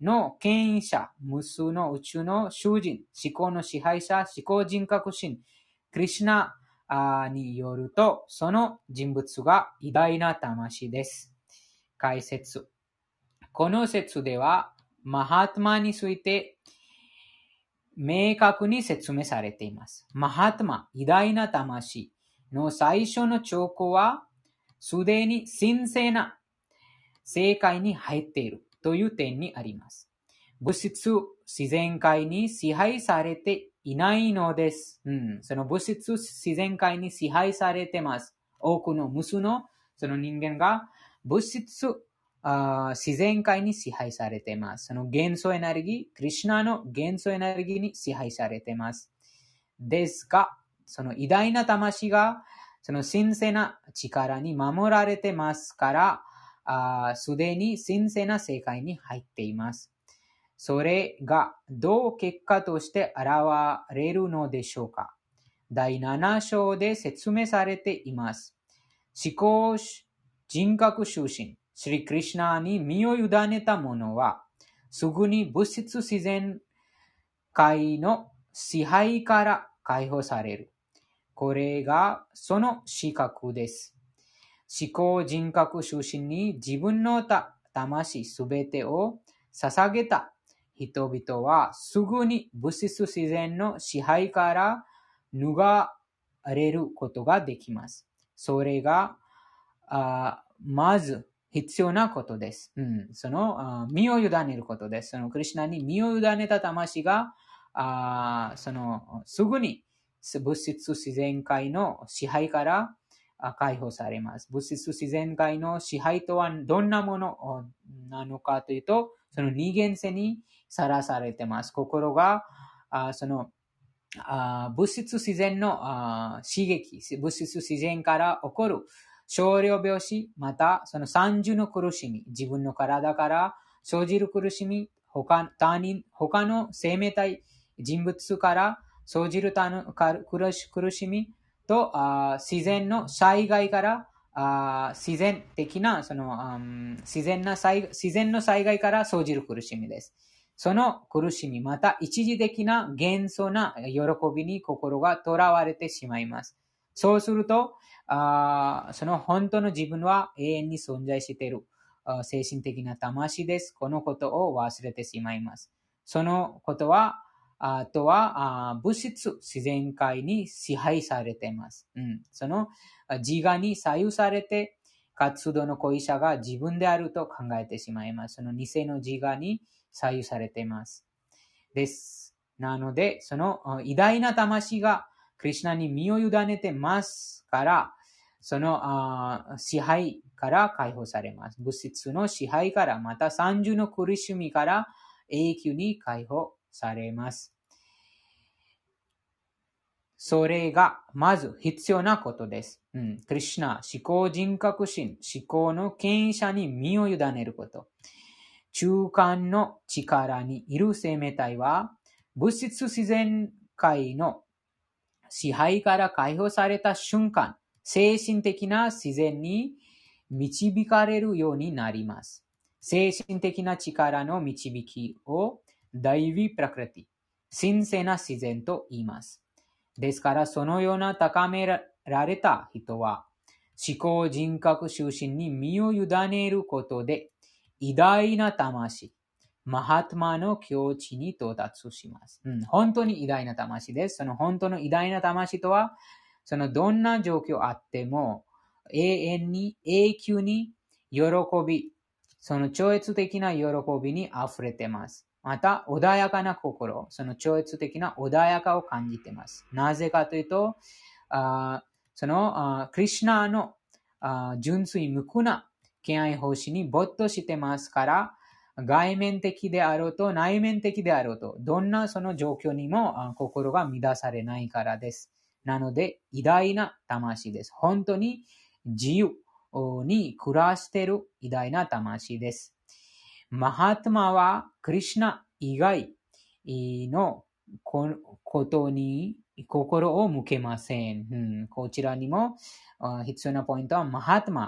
Speaker 1: の権威者、無数の宇宙の囚人、思考の支配者、思考人格神、クリシュナによると、その人物が偉大な魂です。解説。この説では、マハトマについて明確に説明されています。マハトマ、偉大な魂の最初の兆候は、すでに神聖な世界に入っているという点にあります。物質自然界に支配されていないのです。その物質自然界に支配されています。多くの無数のその人間が物質自然界に支配されています。その元素エネルギー、クリシュナの元素エネルギーに支配されています。ですが、その偉大な魂がその神聖な力に守られてますから、すでに神聖な世界に入っています。それがどう結果として現れるのでしょうか。第7章で説明されています。思考人格出身、シリクリシュナに身を委ねた者は、すぐに物質自然界の支配から解放される。これがその資格です。思考人格出身に自分の魂すべてを捧げた人々はすぐに物質自然の支配から逃れることができます。それがまず必要なことです。その身を委ねることです。そのクリシュナに身を委ねた魂がすぐに物質自然界の支配から解放されます。物質自然界の支配とはどんなものなのかというと、その二元性にさらされています。心が物質自然の刺激、物質自然から起こる少量病死、またその三重の苦しみ、自分の体から生じる苦しみ、他の生命体、人物から生じる苦しみと自然の災害から自然の災害から生じる苦しみです。その苦しみ、また一時的な幻想な喜びに心がとらわれてしまいます。そうすると、その本当の自分は永遠に存在している精神的な魂です。このことを忘れてしまいます。そのことは、物質自然界に支配されています。その自我に左右されて、活動の行為者が自分であると考えてしまいます。その偽の自我に左右されています。です。なので、その偉大な魂がクリシュナに身を委ねてますから、その支配から解放されます。物質の支配から、また三重の苦しみから永久に解放されます。それがまず必要なことです。クリシュナ、思考人格心、思考の権威者に身を委ねること。中間の力にいる生命体は、物質自然界の支配から解放された瞬間、精神的な自然に導かれるようになります。精神的な力の導きをダイヴィ・プラクラティ、神聖な自然と言います。ですから、そのような高められた人は、思考人格出身に身を委ねることで、偉大な魂、マハトマの境地に到達します。本当に偉大な魂です。その本当の偉大な魂とは、そのどんな状況あっても、永久に喜び、その超越的な喜びに溢れています。また、穏やかな心、その超越的な穏やかを感じています。なぜかというと、そのクリシュナの純粋無垢な敬愛奉仕に没頭してますから、外面的であろうと内面的であろうと、どんなその状況にも心が乱されないからです。なので、偉大な魂です。本当に自由に暮らしている偉大な魂です。マハトマはクリシュナ以外のことに心を向けません。こちらにも必要なポイントはマハトマ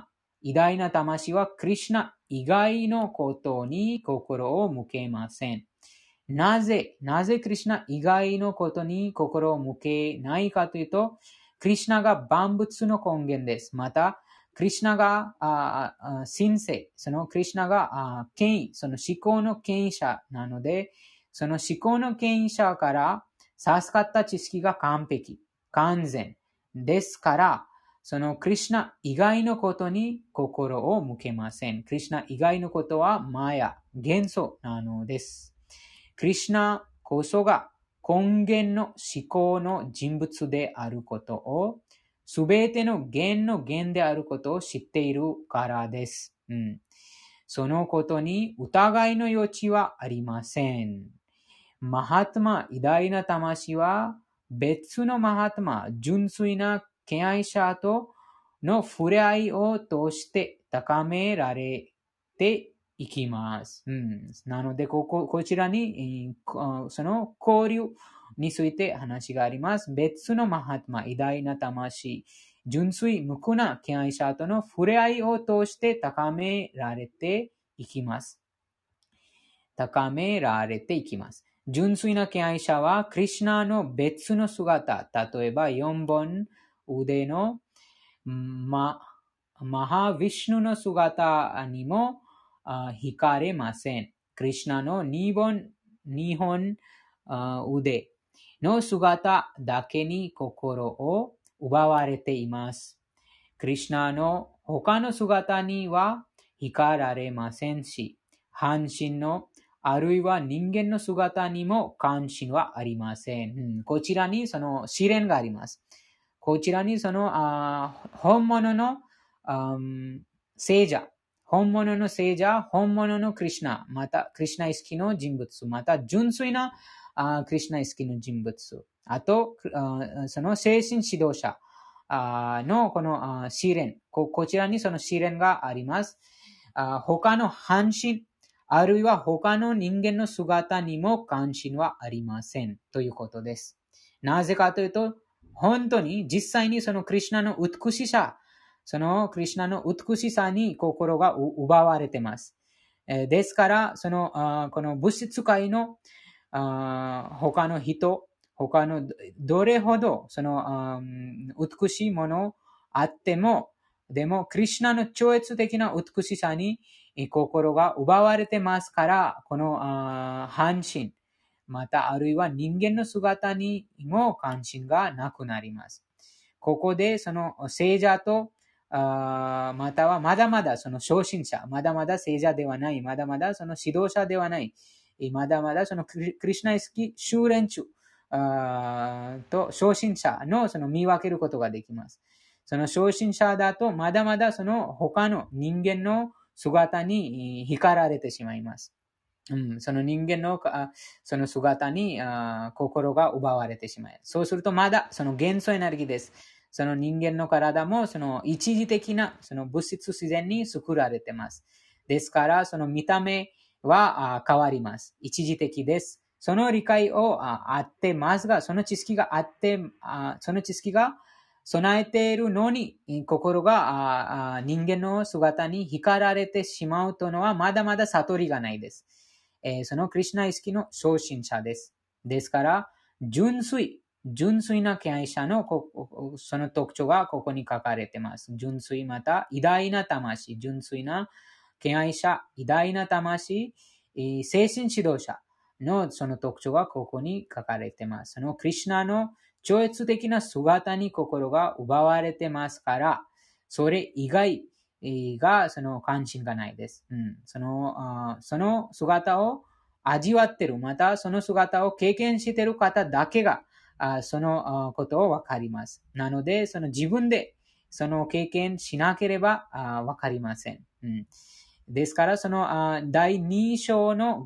Speaker 1: 偉大な魂はクリシュナ以外のことに心を向けません。なぜクリシュナ以外のことに心を向けないかというと、クリシュナが万物の根源です。また、クリシュナが神聖、そのクリシュナが権威、その思考の権威者なので、その思考の権威者から授かった知識が完璧、完全ですから、そのクリシュナ以外のことに心を向けません。クリシュナ以外のことはマヤ、幻想なのです。クリシュナこそが根源の思考の人物であることを、すべての源の源であることを知っているからです。そのことに疑いの余地はありません。マハトマ、偉大な魂は別のマハトマ、純粋な敬愛者との触れ合いを通して高められていきます。なのでこちらにその交流について話があります。別のマハトマ、偉大な魂、純粋無垢な敬愛者との触れ合いを通して高められていきます。高められていきます。純粋な敬愛者は、クリシュナの別の姿、例えば4本腕のマハヴィシュヌの姿にも惹かれません。クリシュナの2本腕の姿だけに心を奪われています。クリシュナの他の姿には惹かられませんし、半身のあるいは人間の姿にも関心はありません。こちらにその試練があります。こちらにその本物の聖者、本物のクリシュナ、またクリシュナ意識の人物、また純粋なクリシュナ意識の人物、あとその精神指導者のこの試練、こちらにその試練があります。他の半身、あるいは他の人間の姿にも関心はありませんということです。なぜかというと、本当に実際にそのクリシュナの美しさ、そのクリシュナの美しさに心が奪われています。ですから、この物質界の他の人、他のどれほどその美しいものあっても、でもクリシュナの超越的な美しさに心が奪われてますから、この半身、またあるいは人間の姿にも関心がなくなります。ここでその聖者と、またはまだまだその初心者、まだまだ聖者ではない、まだまだその指導者ではない、まだまだそのクリシュナ意識修練中と初心者のその見分けることができます。その初心者だとまだまだその他の人間の姿に惹かられてしまいます。その人間のその姿に心が奪われてしまう。そうするとまだその元素エネルギーです。その人間の体もその一時的なその物質自然に作られています。ですからその見た目は変わります。一時的です。その理解をあってますが、その知識があって、その知識が備えているのに心が人間の姿に光られてしまうというのはまだまだ悟りがないです。そのクリシュナ意識の初心者です。ですから、純粋な敬愛者のその特徴がここに書かれています。純粋また偉大な魂、純粋な敬愛者、偉大な魂、精神指導者のその特徴がここに書かれています。そのクリシュナの超越的な姿に心が奪われてますから、それ以外がその関心がないです。その姿を味わっている、またその姿を経験している方だけがそのことを分かります。なので、その自分でその経験しなければ分かりません。ですから、その第2章の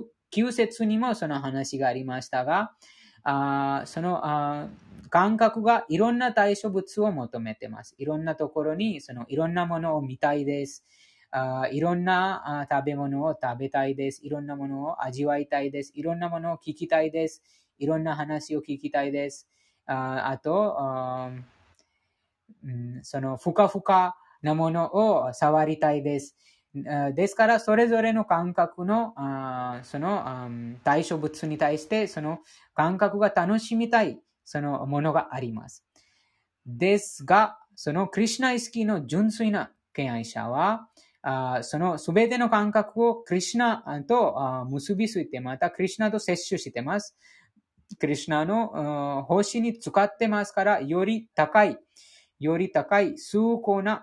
Speaker 1: 59節にもその話がありましたが、その感覚がいろんな対象物を求めています。いろんなところにいろんなものを見たいです。いろんな食べ物を食べたいです。いろんなものを味わいたいです。いろんなものを聞きたいです。いろんな話を聞きたいです。あと、そのふかふかなものを触りたいです。ですから、それぞれの感覚の、その対象物に対して、その感覚が楽しみたい、そのものがあります。ですが、そのクリシュナ意識の純粋な敬愛者は、そのすべての感覚をクリシュナと結びついて、またクリシュナと摂取してます。クリシュナの方針に使ってますから、より高い、崇高な、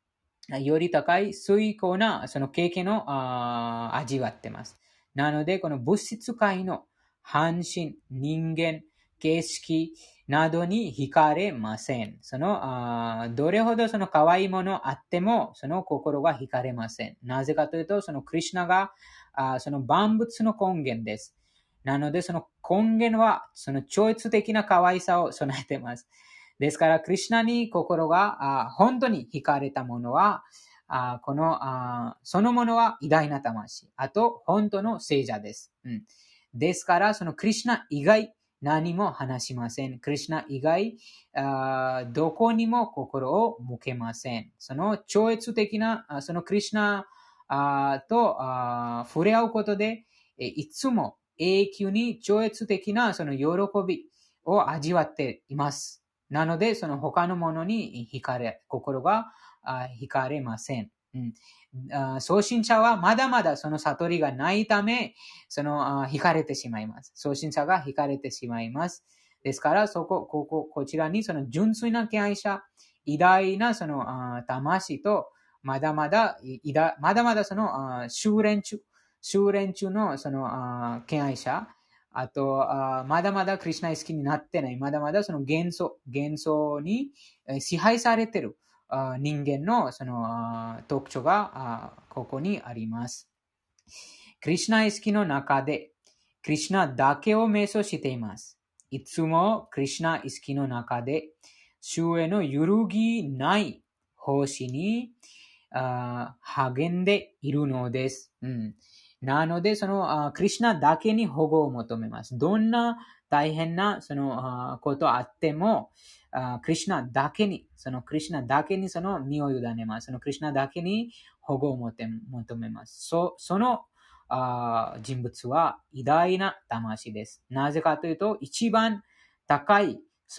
Speaker 1: その経験を味わってます。なので、この物質界の半身、人間、形式などに惹かれません。どれほどその可愛いものあっても、その心が惹かれません。なぜかというと、そのクリシュナが、その万物の根源です。なので、その根源は、その超越的な可愛さを備えています。ですから、クリシュナに心が本当に惹かれたものは、そのものは偉大な魂。あと、本当の聖者です。ですから、そのクリシュナ以外、何も話しません。クリシュナ以外、どこにも心を向けません。その超越的な、そのクリシュナと触れ合うことで、いつも永久に超越的なその喜びを味わっています。なので、その他のものに心が惹かれません。送信者はまだまだその悟りがないため、惹かれてしまいます。送信者が惹かれてしまいます。ですから、こちらにその純粋な敬愛者、偉大なその魂と、まだまだその修練中のその敬愛者、あと、まだまだクリシュナ意識になってない、まだまだその幻想に支配されている人間のその特徴がここにあります。クリシュナ意識の中で、クリシュナだけを瞑想しています。いつもクリシュナ意識の中で、主への揺るぎない奉仕に励んでいるのです。なので、そのクリシュナだけに保護を求めます。どんな大変なそのことあっても、クリシュナだけにその身を委ねます。そのクリシュナだけに保護を求めます。その人物は偉大な魂です。なぜかというと、一番高い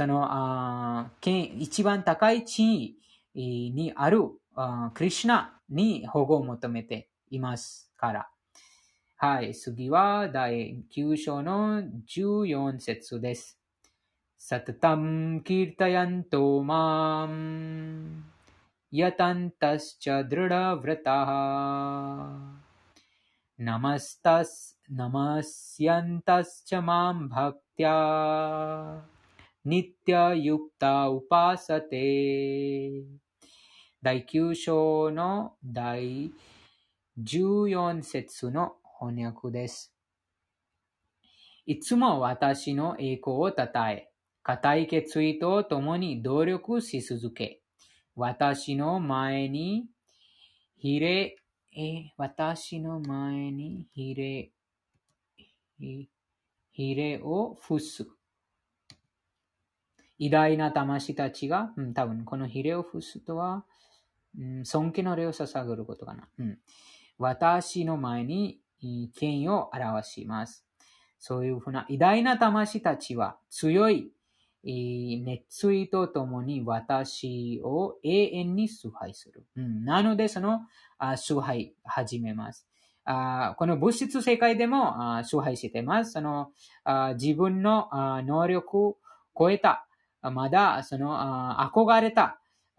Speaker 1: 地位にあるクリシュナに保護を求めていますから。はい、次は第9章の14節です。サタタムキルタヤントマンヤタンタスチャドラダヴラタハナマスヤンタスチャマンバクティアニティユクタウパサテ第9章の第14節の翻訳です。いつも私の栄光をたたえ、固い決意とともに努力し続け、私の前にひれを伏す。偉大な魂たちが、多分このひれを伏すとは、尊敬の礼を捧げることかな。私の前に権威を表します。そういうふうな偉大な魂たちは強い熱意とともに私を永遠に崇拝する。なので、その崇拝始めます。この物質世界でも崇拝しています。自分の能力を超えた、まだその憧れた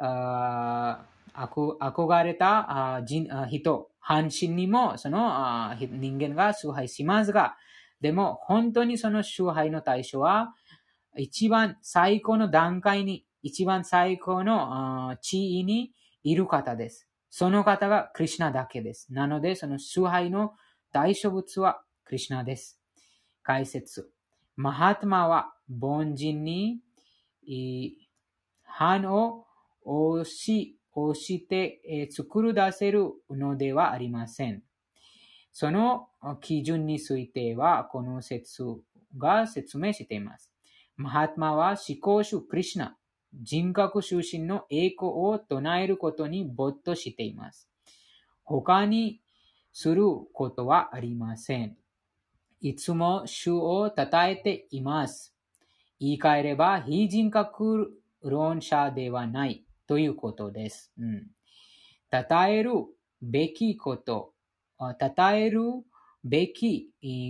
Speaker 1: 人、半身にもその人間が崇拝しますが、でも本当にその崇拝の対象は一番最高の段階に、一番最高の地位にいる方です。その方がクリシュナだけです。なのでその崇拝の対象物はクリシュナです。解説。マハトマは凡人に範を押して作り出せるのではありません。その基準については、この説が説明しています。マハトマは思考主クリシュナ人格出身の栄光を唱えることに没頭しています。他にすることはありません。いつも主を称えています。言い換えれば、非人格論者ではないということです。称えるべきこと、称えるべき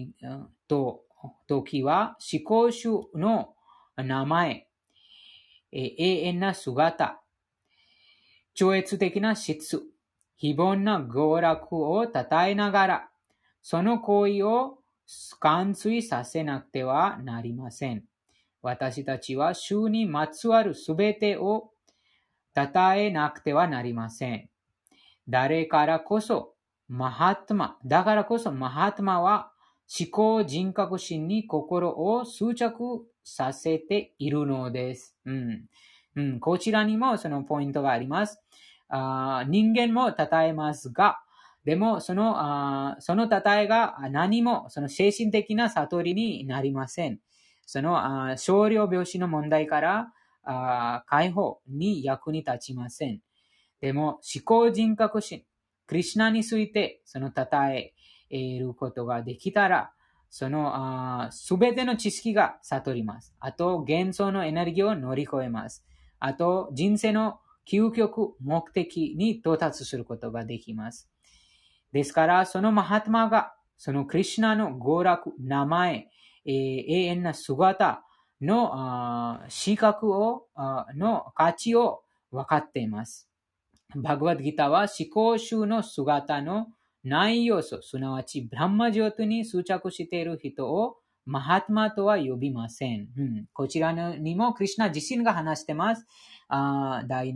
Speaker 1: 時は、思考主の名前、永遠な姿、超越的な質、非凡な娯楽を称えながら、その行為を完遂させなくてはなりません。私たちは主にまつわるすべてを称えなくてはなりません。だからこそマハトマは思考人格心に心を執着させているのです。こちらにもそのポイントがあります。人間も称えますが、でもその称えが何もその精神的な悟りになりません。その少量病死の問題から解放に役に立ちません。でも思考人格心、クリシュナについてその称えることができたら、そのすべての知識が悟ります。あと幻想のエネルギーを乗り越えます。あと人生の究極目的に到達することができます。ですからそのマハトマがそのクリシュナの娯楽、名前、永遠な姿の資格の価値を分かっています。バグワッドギターは思考主の姿のない要素、すなわちブランマジョートに執着している人をマハトマとは呼びません。こちらにもクリシュナ自身が話しています。第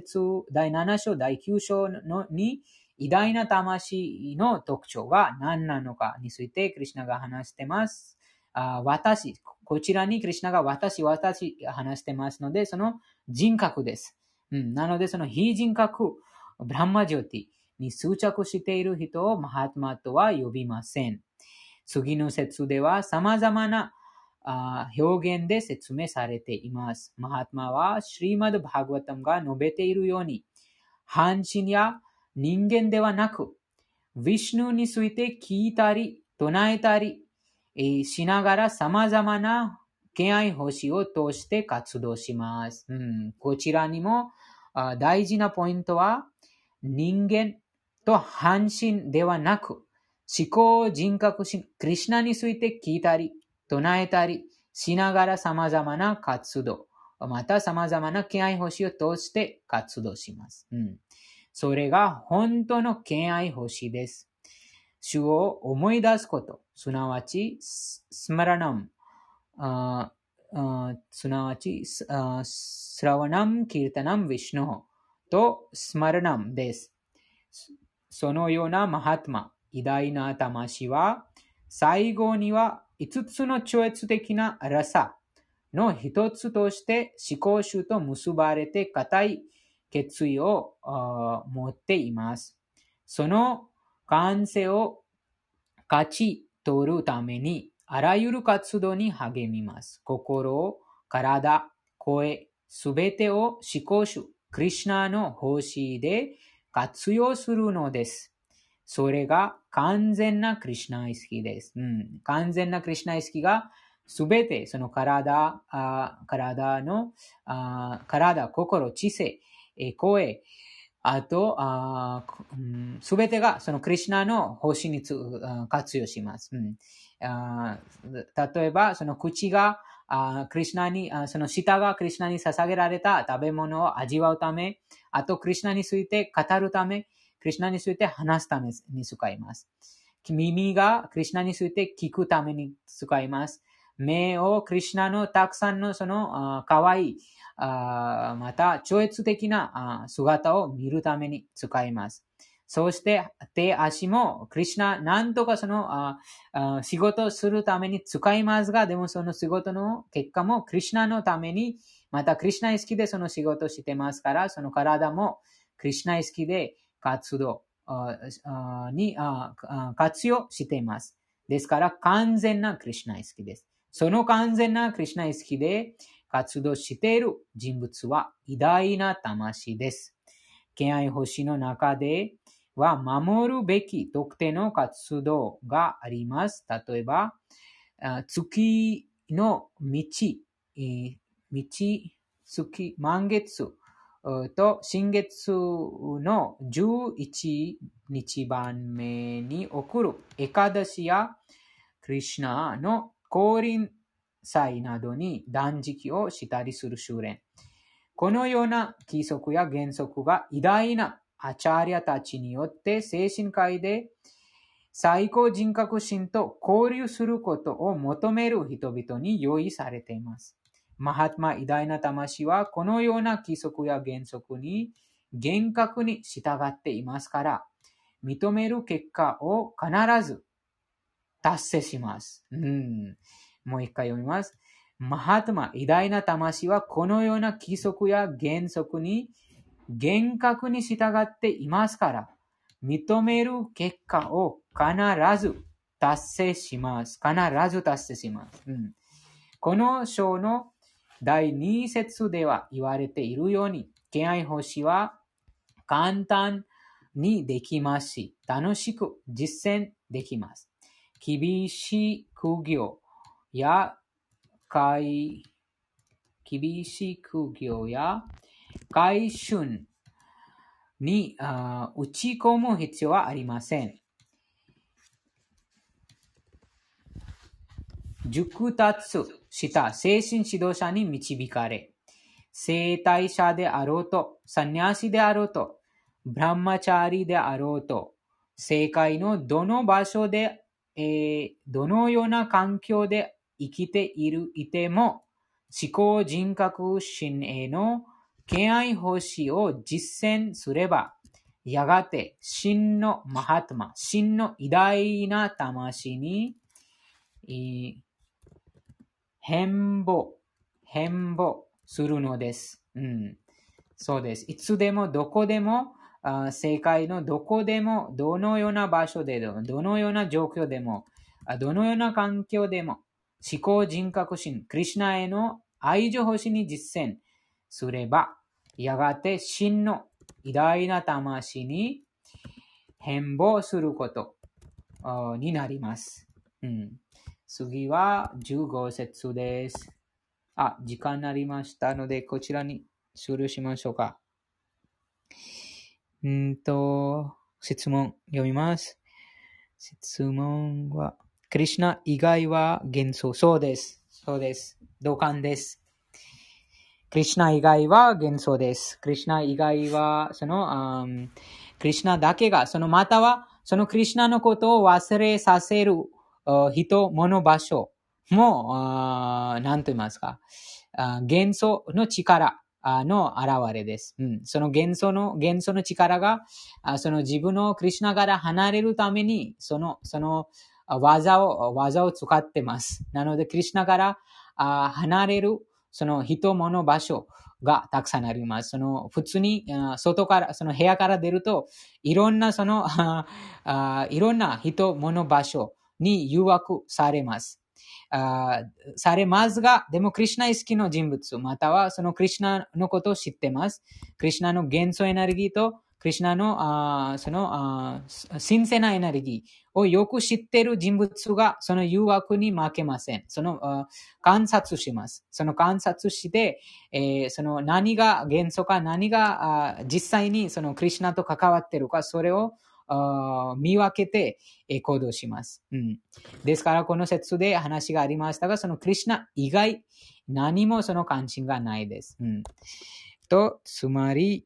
Speaker 1: 7章、第9章に偉大な魂の特徴が何なのかについてクリシュナが話しています。こちらにクリシュナが私話していますので、その人格です。なので、その非人格、ブランマジョティに執着している人をマハトマとは呼びません。次の説では様々な表現で説明されています。マハトマはシリマド・バーガワタムが述べているように、半身や人間ではなく、ヴィシュヌについて聞いたり、唱えたりしながら様々な敬愛奉仕を通して活動します。こちらにも大事なポイントは、人間と半身ではなく、思考人格心、クリシュナについて聞いたり、唱えたりしながら様々な活動、また様々な敬愛奉仕を通して活動します。それが本当の敬愛奉仕です。主を思い出すこと、すなわちスマラナム、すなわちスラワナム、キルタナム、ヴィシュノとスマラナムです。そのようなマハトマ、偉大な魂は、最後には5つの超越的なラサの一つとして思考主と結ばれて固い決意を持っています。その完成を勝ち取るためにあらゆる活動に励みます。心、体、声、すべてを思考主、クリシュナの方針で活用するのです。それが完全なクリシュナ意識です。完全なクリシュナ意識がすべてその体、心、知性、声、あと、すべてがそのクリシュナの方針に活用します。例えば、その口がクリシュナに、その舌がクリシュナに捧げられた食べ物を味わうため、あとクリシュナについて語るため、クリシュナについて話すために使います。耳がクリシュナについて聞くために使います。目をクリシュナのたくさんのその可愛いまた超越的な姿を見るために使います。そして手足もクリシュナ何とかその仕事をするために使いますが、でもその仕事の結果もクリシュナのために、またクリシュナ意識でその仕事をしてますから、その体もクリシュナ意識で活動に活用しています。ですから完全なクリシュナ意識です。その完全なクリシュナ意識で活動している人物は偉大な魂です。敬愛星の中では守るべき特定の活動があります。例えば、月の満月と新月の11日番目に送るエカダシやクリシュナの降臨祭などに断食をしたりする修練。このような規則や原則が偉大なアチャーリアたちによって精神科医で最高人格心と交流することを求める人々に用意されています。マハトマ偉大な魂はこのような規則や原則に厳格に従っていますから、認める結果を必ず達成します。もう一回読みます。マハトマ偉大な魂はこのような規則や原則に厳格に従っていますから、認める結果を必ず達成します。必ず達成します。この章の第2節では言われているように、敬愛星は簡単にできますし、楽しく実践できます。厳しい苦行や改春に打ち込む必要はありません。熟達した精神指導者に導かれ、聖体者であろうと、サンニャシであろうと、ブランマチャーリであろうと、世界のどの場所で、どのような環境で生きていても、思考人格心への敬愛奉仕を実践すれば、やがて真のマハトマ、真の偉大な魂に変貌するのです。そうです。いつでもどこでも、世界のどこでも、どのような場所でも、どのような状況でも、どのような環境でも、思考人格心、クリシュナへの愛情星に実践すれば、やがて真の偉大な魂に変貌することになります。次は15節です。時間になりましたので、こちらに終了しましょうか。質問読みます。質問は、クリシュナ以外は幻想。そうです。同感です。クリシュナ以外は幻想です。クリシュナ以外は、クリシュナだけが、または、そのクリシュナのことを忘れさせる人、物、場所も、何と言いますか、幻想の力の現れです。その幻想の力が、その自分のクリシュナから離れるために、その技を使ってます。なので、クリシュナから離れる、その人、物、場所がたくさんあります。普通に、外から、部屋から出ると、いろんないろんな人、物、場所に誘惑されます。されますが、でもクリシュナ意識の人物、またはそのクリシュナのことを知ってます。クリシュナの元素エネルギーと、クリシュナの神聖なエネルギーをよく知っている人物がその誘惑に負けません。観察します。観察して、何が元素か何が実際にそのクリシュナと関わっているか、それを見分けて行動します。ですから、この説で話がありましたが、そのクリシュナ以外、何もその関心がないです。つまり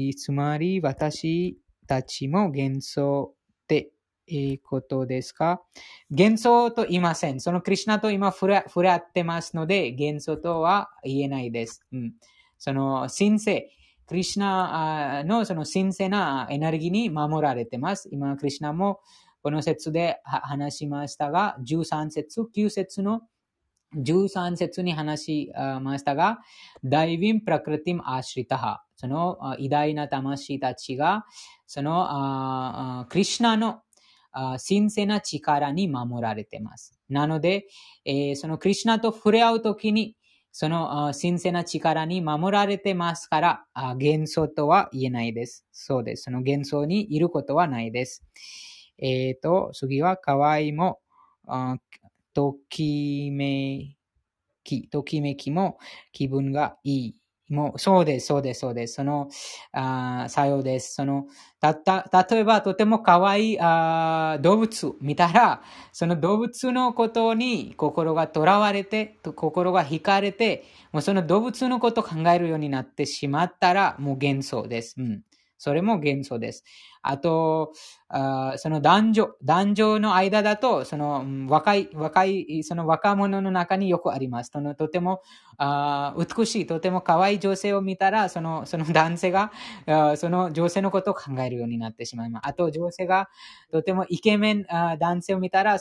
Speaker 1: 私たちも幻想ってことですか？幻想と言いません。そのクリシュナと今触れ合ってますので、幻想とは言えないです。その神聖、クリシュナのその神聖なエネルギーに守られてます。今、クリシュナもこの説で話しましたが、13節、9節の13節に話しましたが、ダイヴィン・プラクリティム・アシリタハ。その偉大な魂たちが、そのクリシュナの神聖な力に守られています。なので、そのクリシュナと触れ合うときに、 その神聖な力に守られてますから、幻想とは言えないです。そうです。その幻想にいることはないです。次は、可愛いも、ときめきも気分がいい。もう、そうです、そうです、そうです。その、作用です。例えば、とても可愛い動物見たら、その動物のことに心が囚われて、心が惹かれて、もうその動物のことを考えるようになってしまったら、もう幻想です。うん。それも幻想です。あと、その男女の間だと、その若い、その若者の中によくあります。とても美しい、とても可愛い女性を見たら、その男性が、その女性のことを考えるようになってしまいます。あと、女性がとてもイケメン男性を見たら、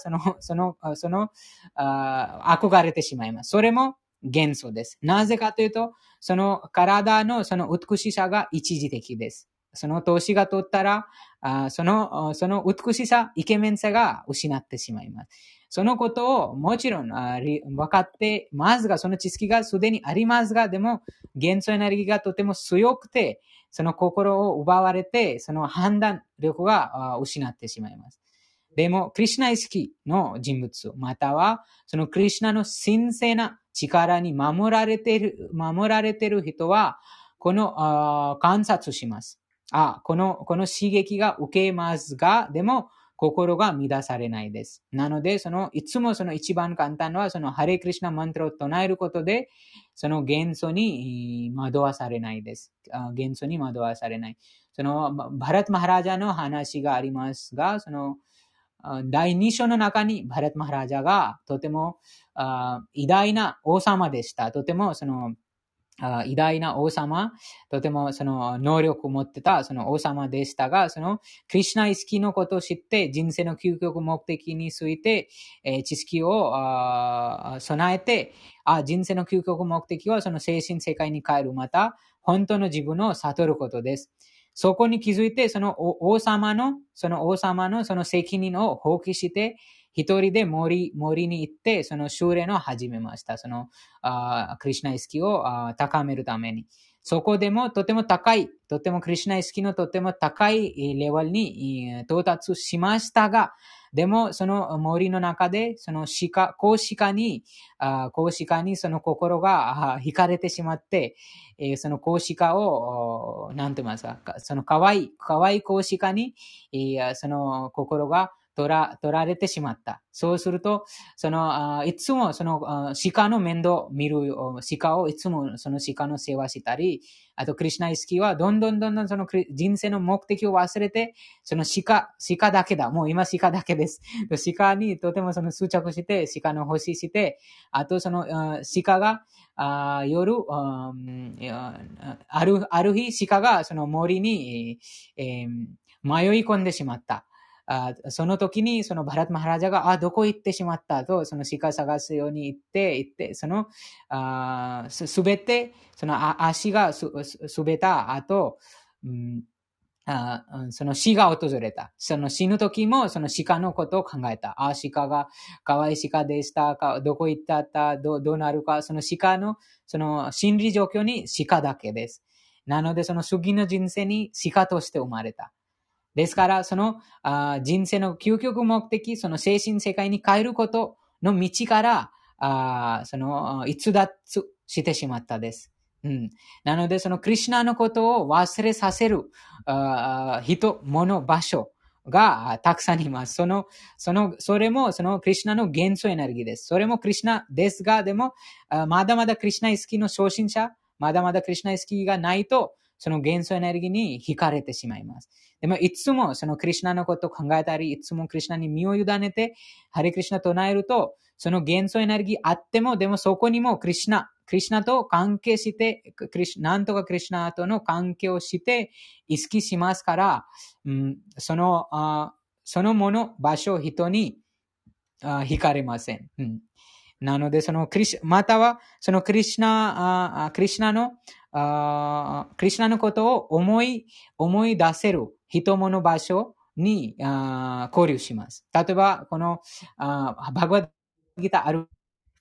Speaker 1: 憧れてしまいます。それも幻想です。なぜかというと、その体のその美しさが一時的です。その年が取ったら、その美しさ、イケメンさが失ってしまいます。そのことをもちろん分かってますが、その知識がすでにありますが、でも、元素エネルギーがとても強くて、その心を奪われて、その判断力が失ってしまいます。でも、クリシュナ意識の人物、または、そのクリシュナの神聖な力に守られている人は、この観察します。この刺激が受けますが、でも、心が乱されないです。なので、いつもその一番簡単は、そのハレクリシュナマントを唱えることで、その元素に惑わされないです。元素に惑わされない。その、バラットマハラジャの話がありますが、その、第2章の中にバラットマハラジャがとても偉大な王様でした。とてもその偉大な王様、とてもその能力を持ってたその王様でしたが、そのクリシュナ意識のことを知って人生の究極目的について、知識を備えて、人生の究極目的はその精神世界に帰る、また本当の自分を悟ることです。そこに気づいて、その王様のその責任を放棄して、一人で森に行って、その修練を始めました。そのクリシュナ意識を高めるために。そこでもとても高い、とてもクリシュナ意識のとても高いレベルに到達しましたが、でもその森の中で、その公鹿にその心が惹かれてしまって、その公鹿を、なんて言いますか、その可愛い公鹿に、その心が取られてしまった。そうすると、いつもその鹿の面倒見る鹿をいつもその鹿の世話したり、あとクリシュナ意識はどんどんその人生の目的を忘れて、その鹿だけだ。もう今鹿だけです。鹿にとてもその執着して、鹿の欲しして、あとその鹿が夜、ある日鹿がその森に、迷い込んでしまった。その時に、そのバラットマハラジャが、どこ行ってしまったと、その鹿探すように行って、その、すべて、その足が滑った後、その死が訪れた。その死ぬ時もその鹿のことを考えた。鹿が可愛い鹿でしたか、どこ行った、どうなるか、その鹿のその心理状況に鹿だけです。なのでその次の人生に鹿として生まれた。ですから、その人生の究極目的、その精神世界に変えることの道から、その逸脱してしまったです。なので、そのクリシュナのことを忘れさせる人、物、場所がたくさんいます。それもそのクリシュナの元素エネルギーです。それもクリシュナですが、でも、まだまだクリシュナ意識の初心者、まだまだクリシュナ意識がないと、その元素エネルギーに惹かれてしまいます。でも、いつもそのクリシュナのことを考えたり、いつもクリシュナに身を委ねて、ハレクリシュナと唱えると、その元素エネルギーあっても、でもそこにもクリシュナと関係して、なんとかクリシュナとの関係をして意識しますから、そのもの、場所、人に惹かれません。なので、または、そのクリシュナのことを思い出せる人物場所に交流します。例えば、このバグワッドギターある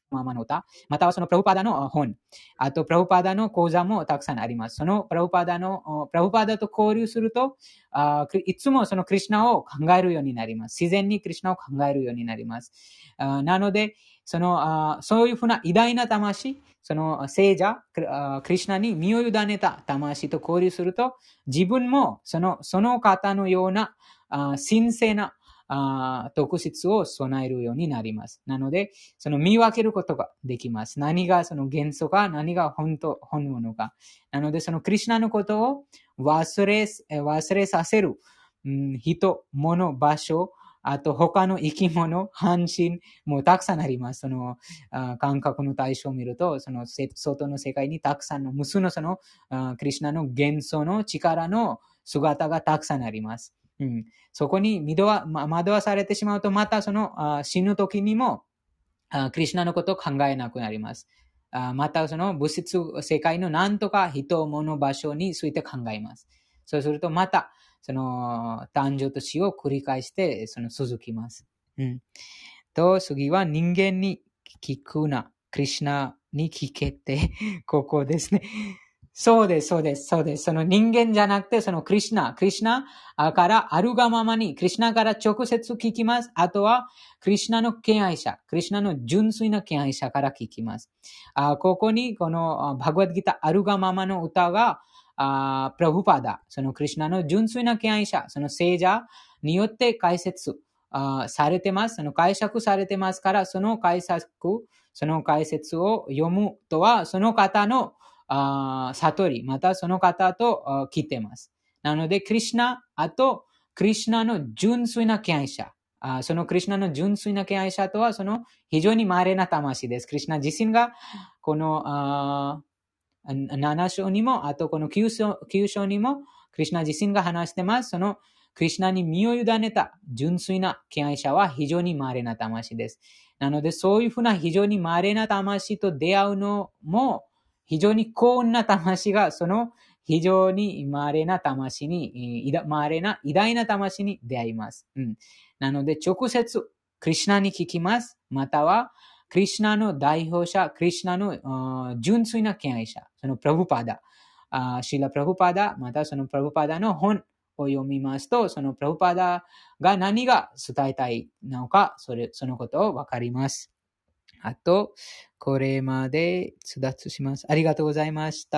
Speaker 1: ままの歌、またはそのプラブパダの本、あとプラブパダの講座もたくさんあります。そのプラブパダと交流すると、いつもそのクリシュナを考えるようになります。自然にクリシュナを考えるようになります。なので、そういうふうな偉大な魂、その聖者、クリシュナに身を委ねた魂と交流すると、自分もその方のような神聖な特質を備えるようになります。なので、その見分けることができます。何がその元素か、何が本物か。なので、そのクリシュナのことを忘れさせる、人、物、場所、あと他の生き物、半身もたくさんあります。その感覚の対象を見ると、その外の世界にたくさんの無数のそのクリシュナの元素の力の姿がたくさんあります。そこに惑わされてしまうと、またその死ぬ時にもクリシュナのことを考えなくなります。またその物質世界の何とか人、物、場所について考えます。そうするとまたその誕生と死を繰り返してその続きます。と次は人間に聞くな、クリシュナに聞けてここですね。そうです。その人間じゃなくて、そのクリシュナからあるがままに、クリシュナから直接聞きます。あとは、クリシュナの敬愛者、クリシュナの純粋な敬愛者から聞きます。ここに、このバグワッドギターあるがままの歌が、プラブパダ、そのクリシュナの純粋な敬愛者、その聖者によって解説されてます。その解釈されてますから、その解説を読むとは、その方の悟り、またその方と来てます。なので、クリシュナ、あと、クリシュナの純粋な敬愛者。そのクリシュナの純粋な敬愛者とは、その非常に稀な魂です。クリシュナ自身が、この7章にも、あとこの9章にも、クリシュナ自身が話してます。そのクリシュナに身を委ねた純粋な敬愛者は非常に稀な魂です。なので、そういうふうな非常に稀な魂と出会うのも、非常に幸運な魂がその非常に稀な魂に、稀な偉大な魂に出会います。なので直接クリシュナに聞きます。またはクリシュナの代表者、クリシュナの純粋な敬愛者、そのプラブパダ、シーラプラブパダ、またそのプラブパダの本を読みますと、そのプラブパダが何が伝えたいのか、そのことをわかります。あと、これまで通達します。ありがとうございました。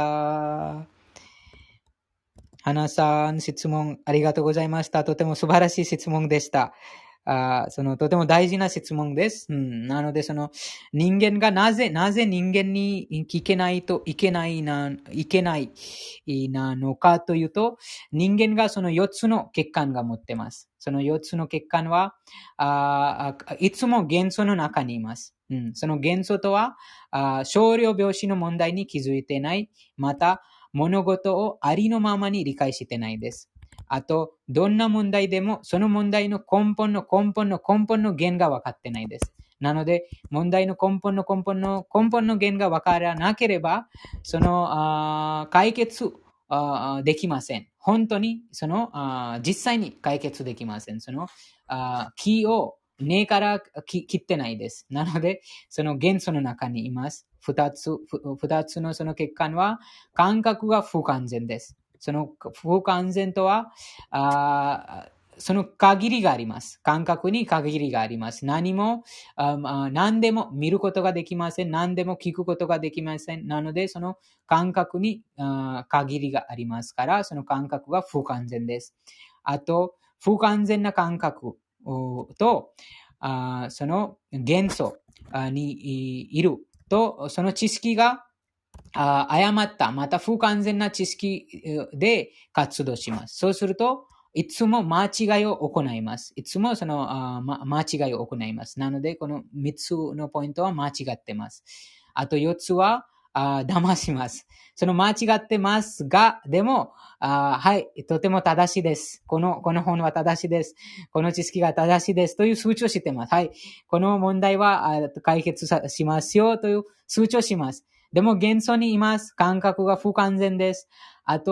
Speaker 1: 花さん、質問ありがとうございました。とても素晴らしい質問でした。とても大事な質問です。なので、その人間がなぜ人間に聞けないといけないなのかというと、人間がその4つの血管が持っています。その4つの血管は、いつも元素の中にいます。その元素とは、少量病死の問題に気づいてない。また、物事をありのままに理解してないです。あと、どんな問題でも、その問題の根本の原が分かってないです。なので、問題の根本の原が分からなければ、その解決できません。本当に、実際に解決できません。その木を根から切ってないです。なので、その元素の中にいます。二つのその血管は、感覚が不完全です。その不完全とは、その限りがあります。感覚に限りがあります。何でも見ることができません。何でも聞くことができません。なので、その感覚に限りがありますから、その感覚が不完全です。あと、不完全な感覚と、その元素にいると、その知識が誤った、また不完全な知識で活動します。そうすると、いつも間違いを行います。いつもその間違いを行います。なので、この3つのポイントは間違ってます。あと4つは騙します。その間違ってますが、でも、はい、とても正しいです。この本は正しいです。この知識が正しいです。という数値をしてます。はい、この問題は解決しますよという数値をします。でも元素にいます。感覚が不完全です。あと、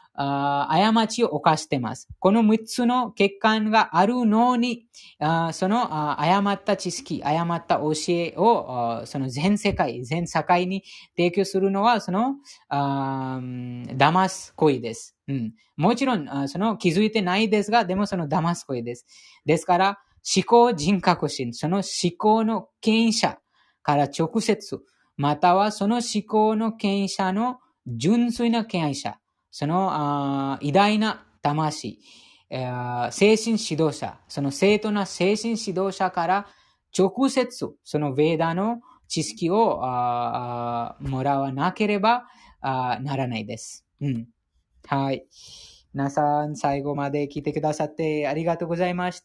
Speaker 1: 過ちを犯しています。この6つの欠陥があるのに、その誤った知識、誤った教えをその全世界、全社会に提供するのは、その騙す行為です。もちろん、その気づいてないですが、でもその騙す行為です。ですから、思考人格心、その思考の権威者から直接、またはその思考の権威者の純粋な権威者、その偉大な魂、精神指導者、その正当な精神指導者から直接そのヴェーダの知識をもらわなければならないです。はい。皆さん、最後まで聞いてくださってありがとうございました。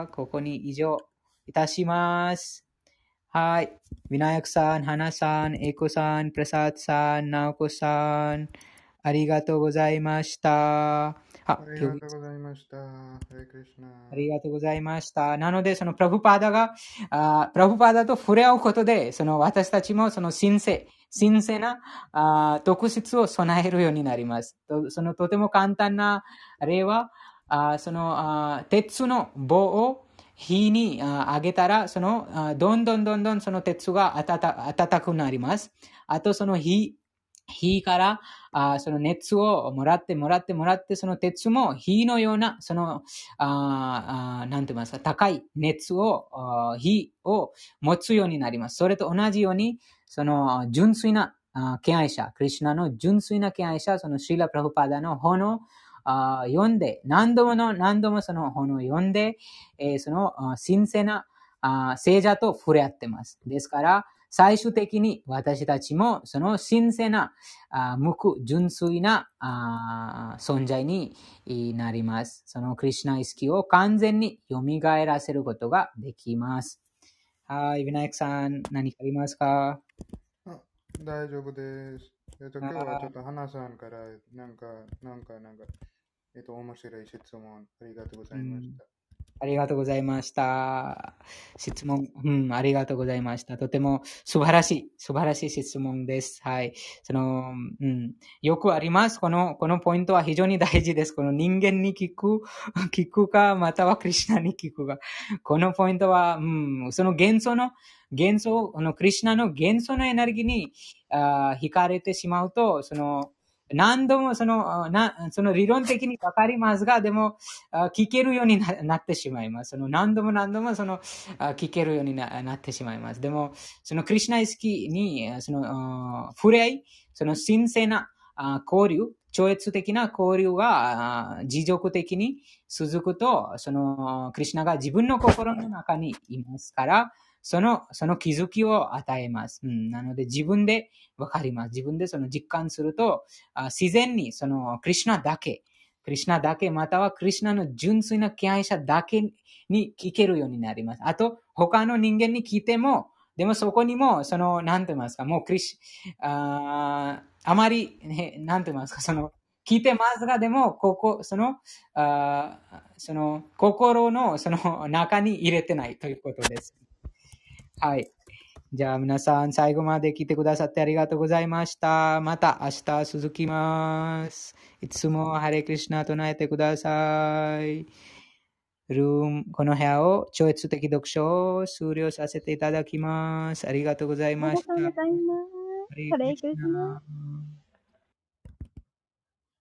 Speaker 1: ここに以上いたします。はい。ヴィナヤクさん、ハナさん、エイコさん、プラサードさん、ナオコさん、ありがとうございました。
Speaker 2: ありがとうございました。ハレクリシュナ。
Speaker 1: ありがとうございました。なので、そのプラフパーダが、プラフパーダと触れ合うことで、その私たちもその神聖な特質を備えるようになります。そのとても簡単な例は、その鉄の棒を火にあげたら、そのどんどんその鉄が暖かくなります。あとその火からその熱をもらって、その鉄も火のような、その、なんて言いますか、高い熱を、火を持つようになります。それと同じように、その純粋な敬愛者、クリシュナの純粋な敬愛者、そのシーラ・プラフパダの本を読んで、何度もその本を読んで、その神聖な聖者と触れ合ってます。ですから、最終的に私たちもその神聖な、純粋な存在になります。そのクリシュナ意識を完全に蘇らせることができます。はい、ヴィナヤクさん、何かありますか？
Speaker 2: 大丈夫です。今日はちょっと花さんから面白い質問ありがとうございました。
Speaker 1: ありがとうございました。質問、ありがとうございました。とても素晴らしい質問です。はい。よくあります。このポイントは非常に大事です。この人間に聞くか、またはクリシュナに聞くか。このポイントは、そのクリシュナの元素のエネルギーに惹かれてしまうと、何度もその理論的にわかりますが、でも、聞けるようになってしまいます。何度も聞けるようになってしまいます。でも、そのクリシュナ意識に、触れ合い、その神聖な交流、超越的な交流が持続的に続くと、クリシュナが自分の心の中にいますから、その気づきを与えます。なので自分でわかります。自分で実感すると、自然にクリシュナだけ、またはクリシュナの純粋な敬愛者だけに聞けるようになります。あと、他の人間に聞いても、でもそこにも、なんて言いますか、もうあまり、なんて言いますか、聞いてますが、でも、心の中に入れてないということです。はい。じゃあ皆さん最後まで聞いてくださってありがとうございました。また明日続きます。いつもハレクリシュナ唱えてください。この部屋を超越的読書を終了させていただきます。ありがとうございました。
Speaker 3: ありがとうございます。ハレクリシュナ。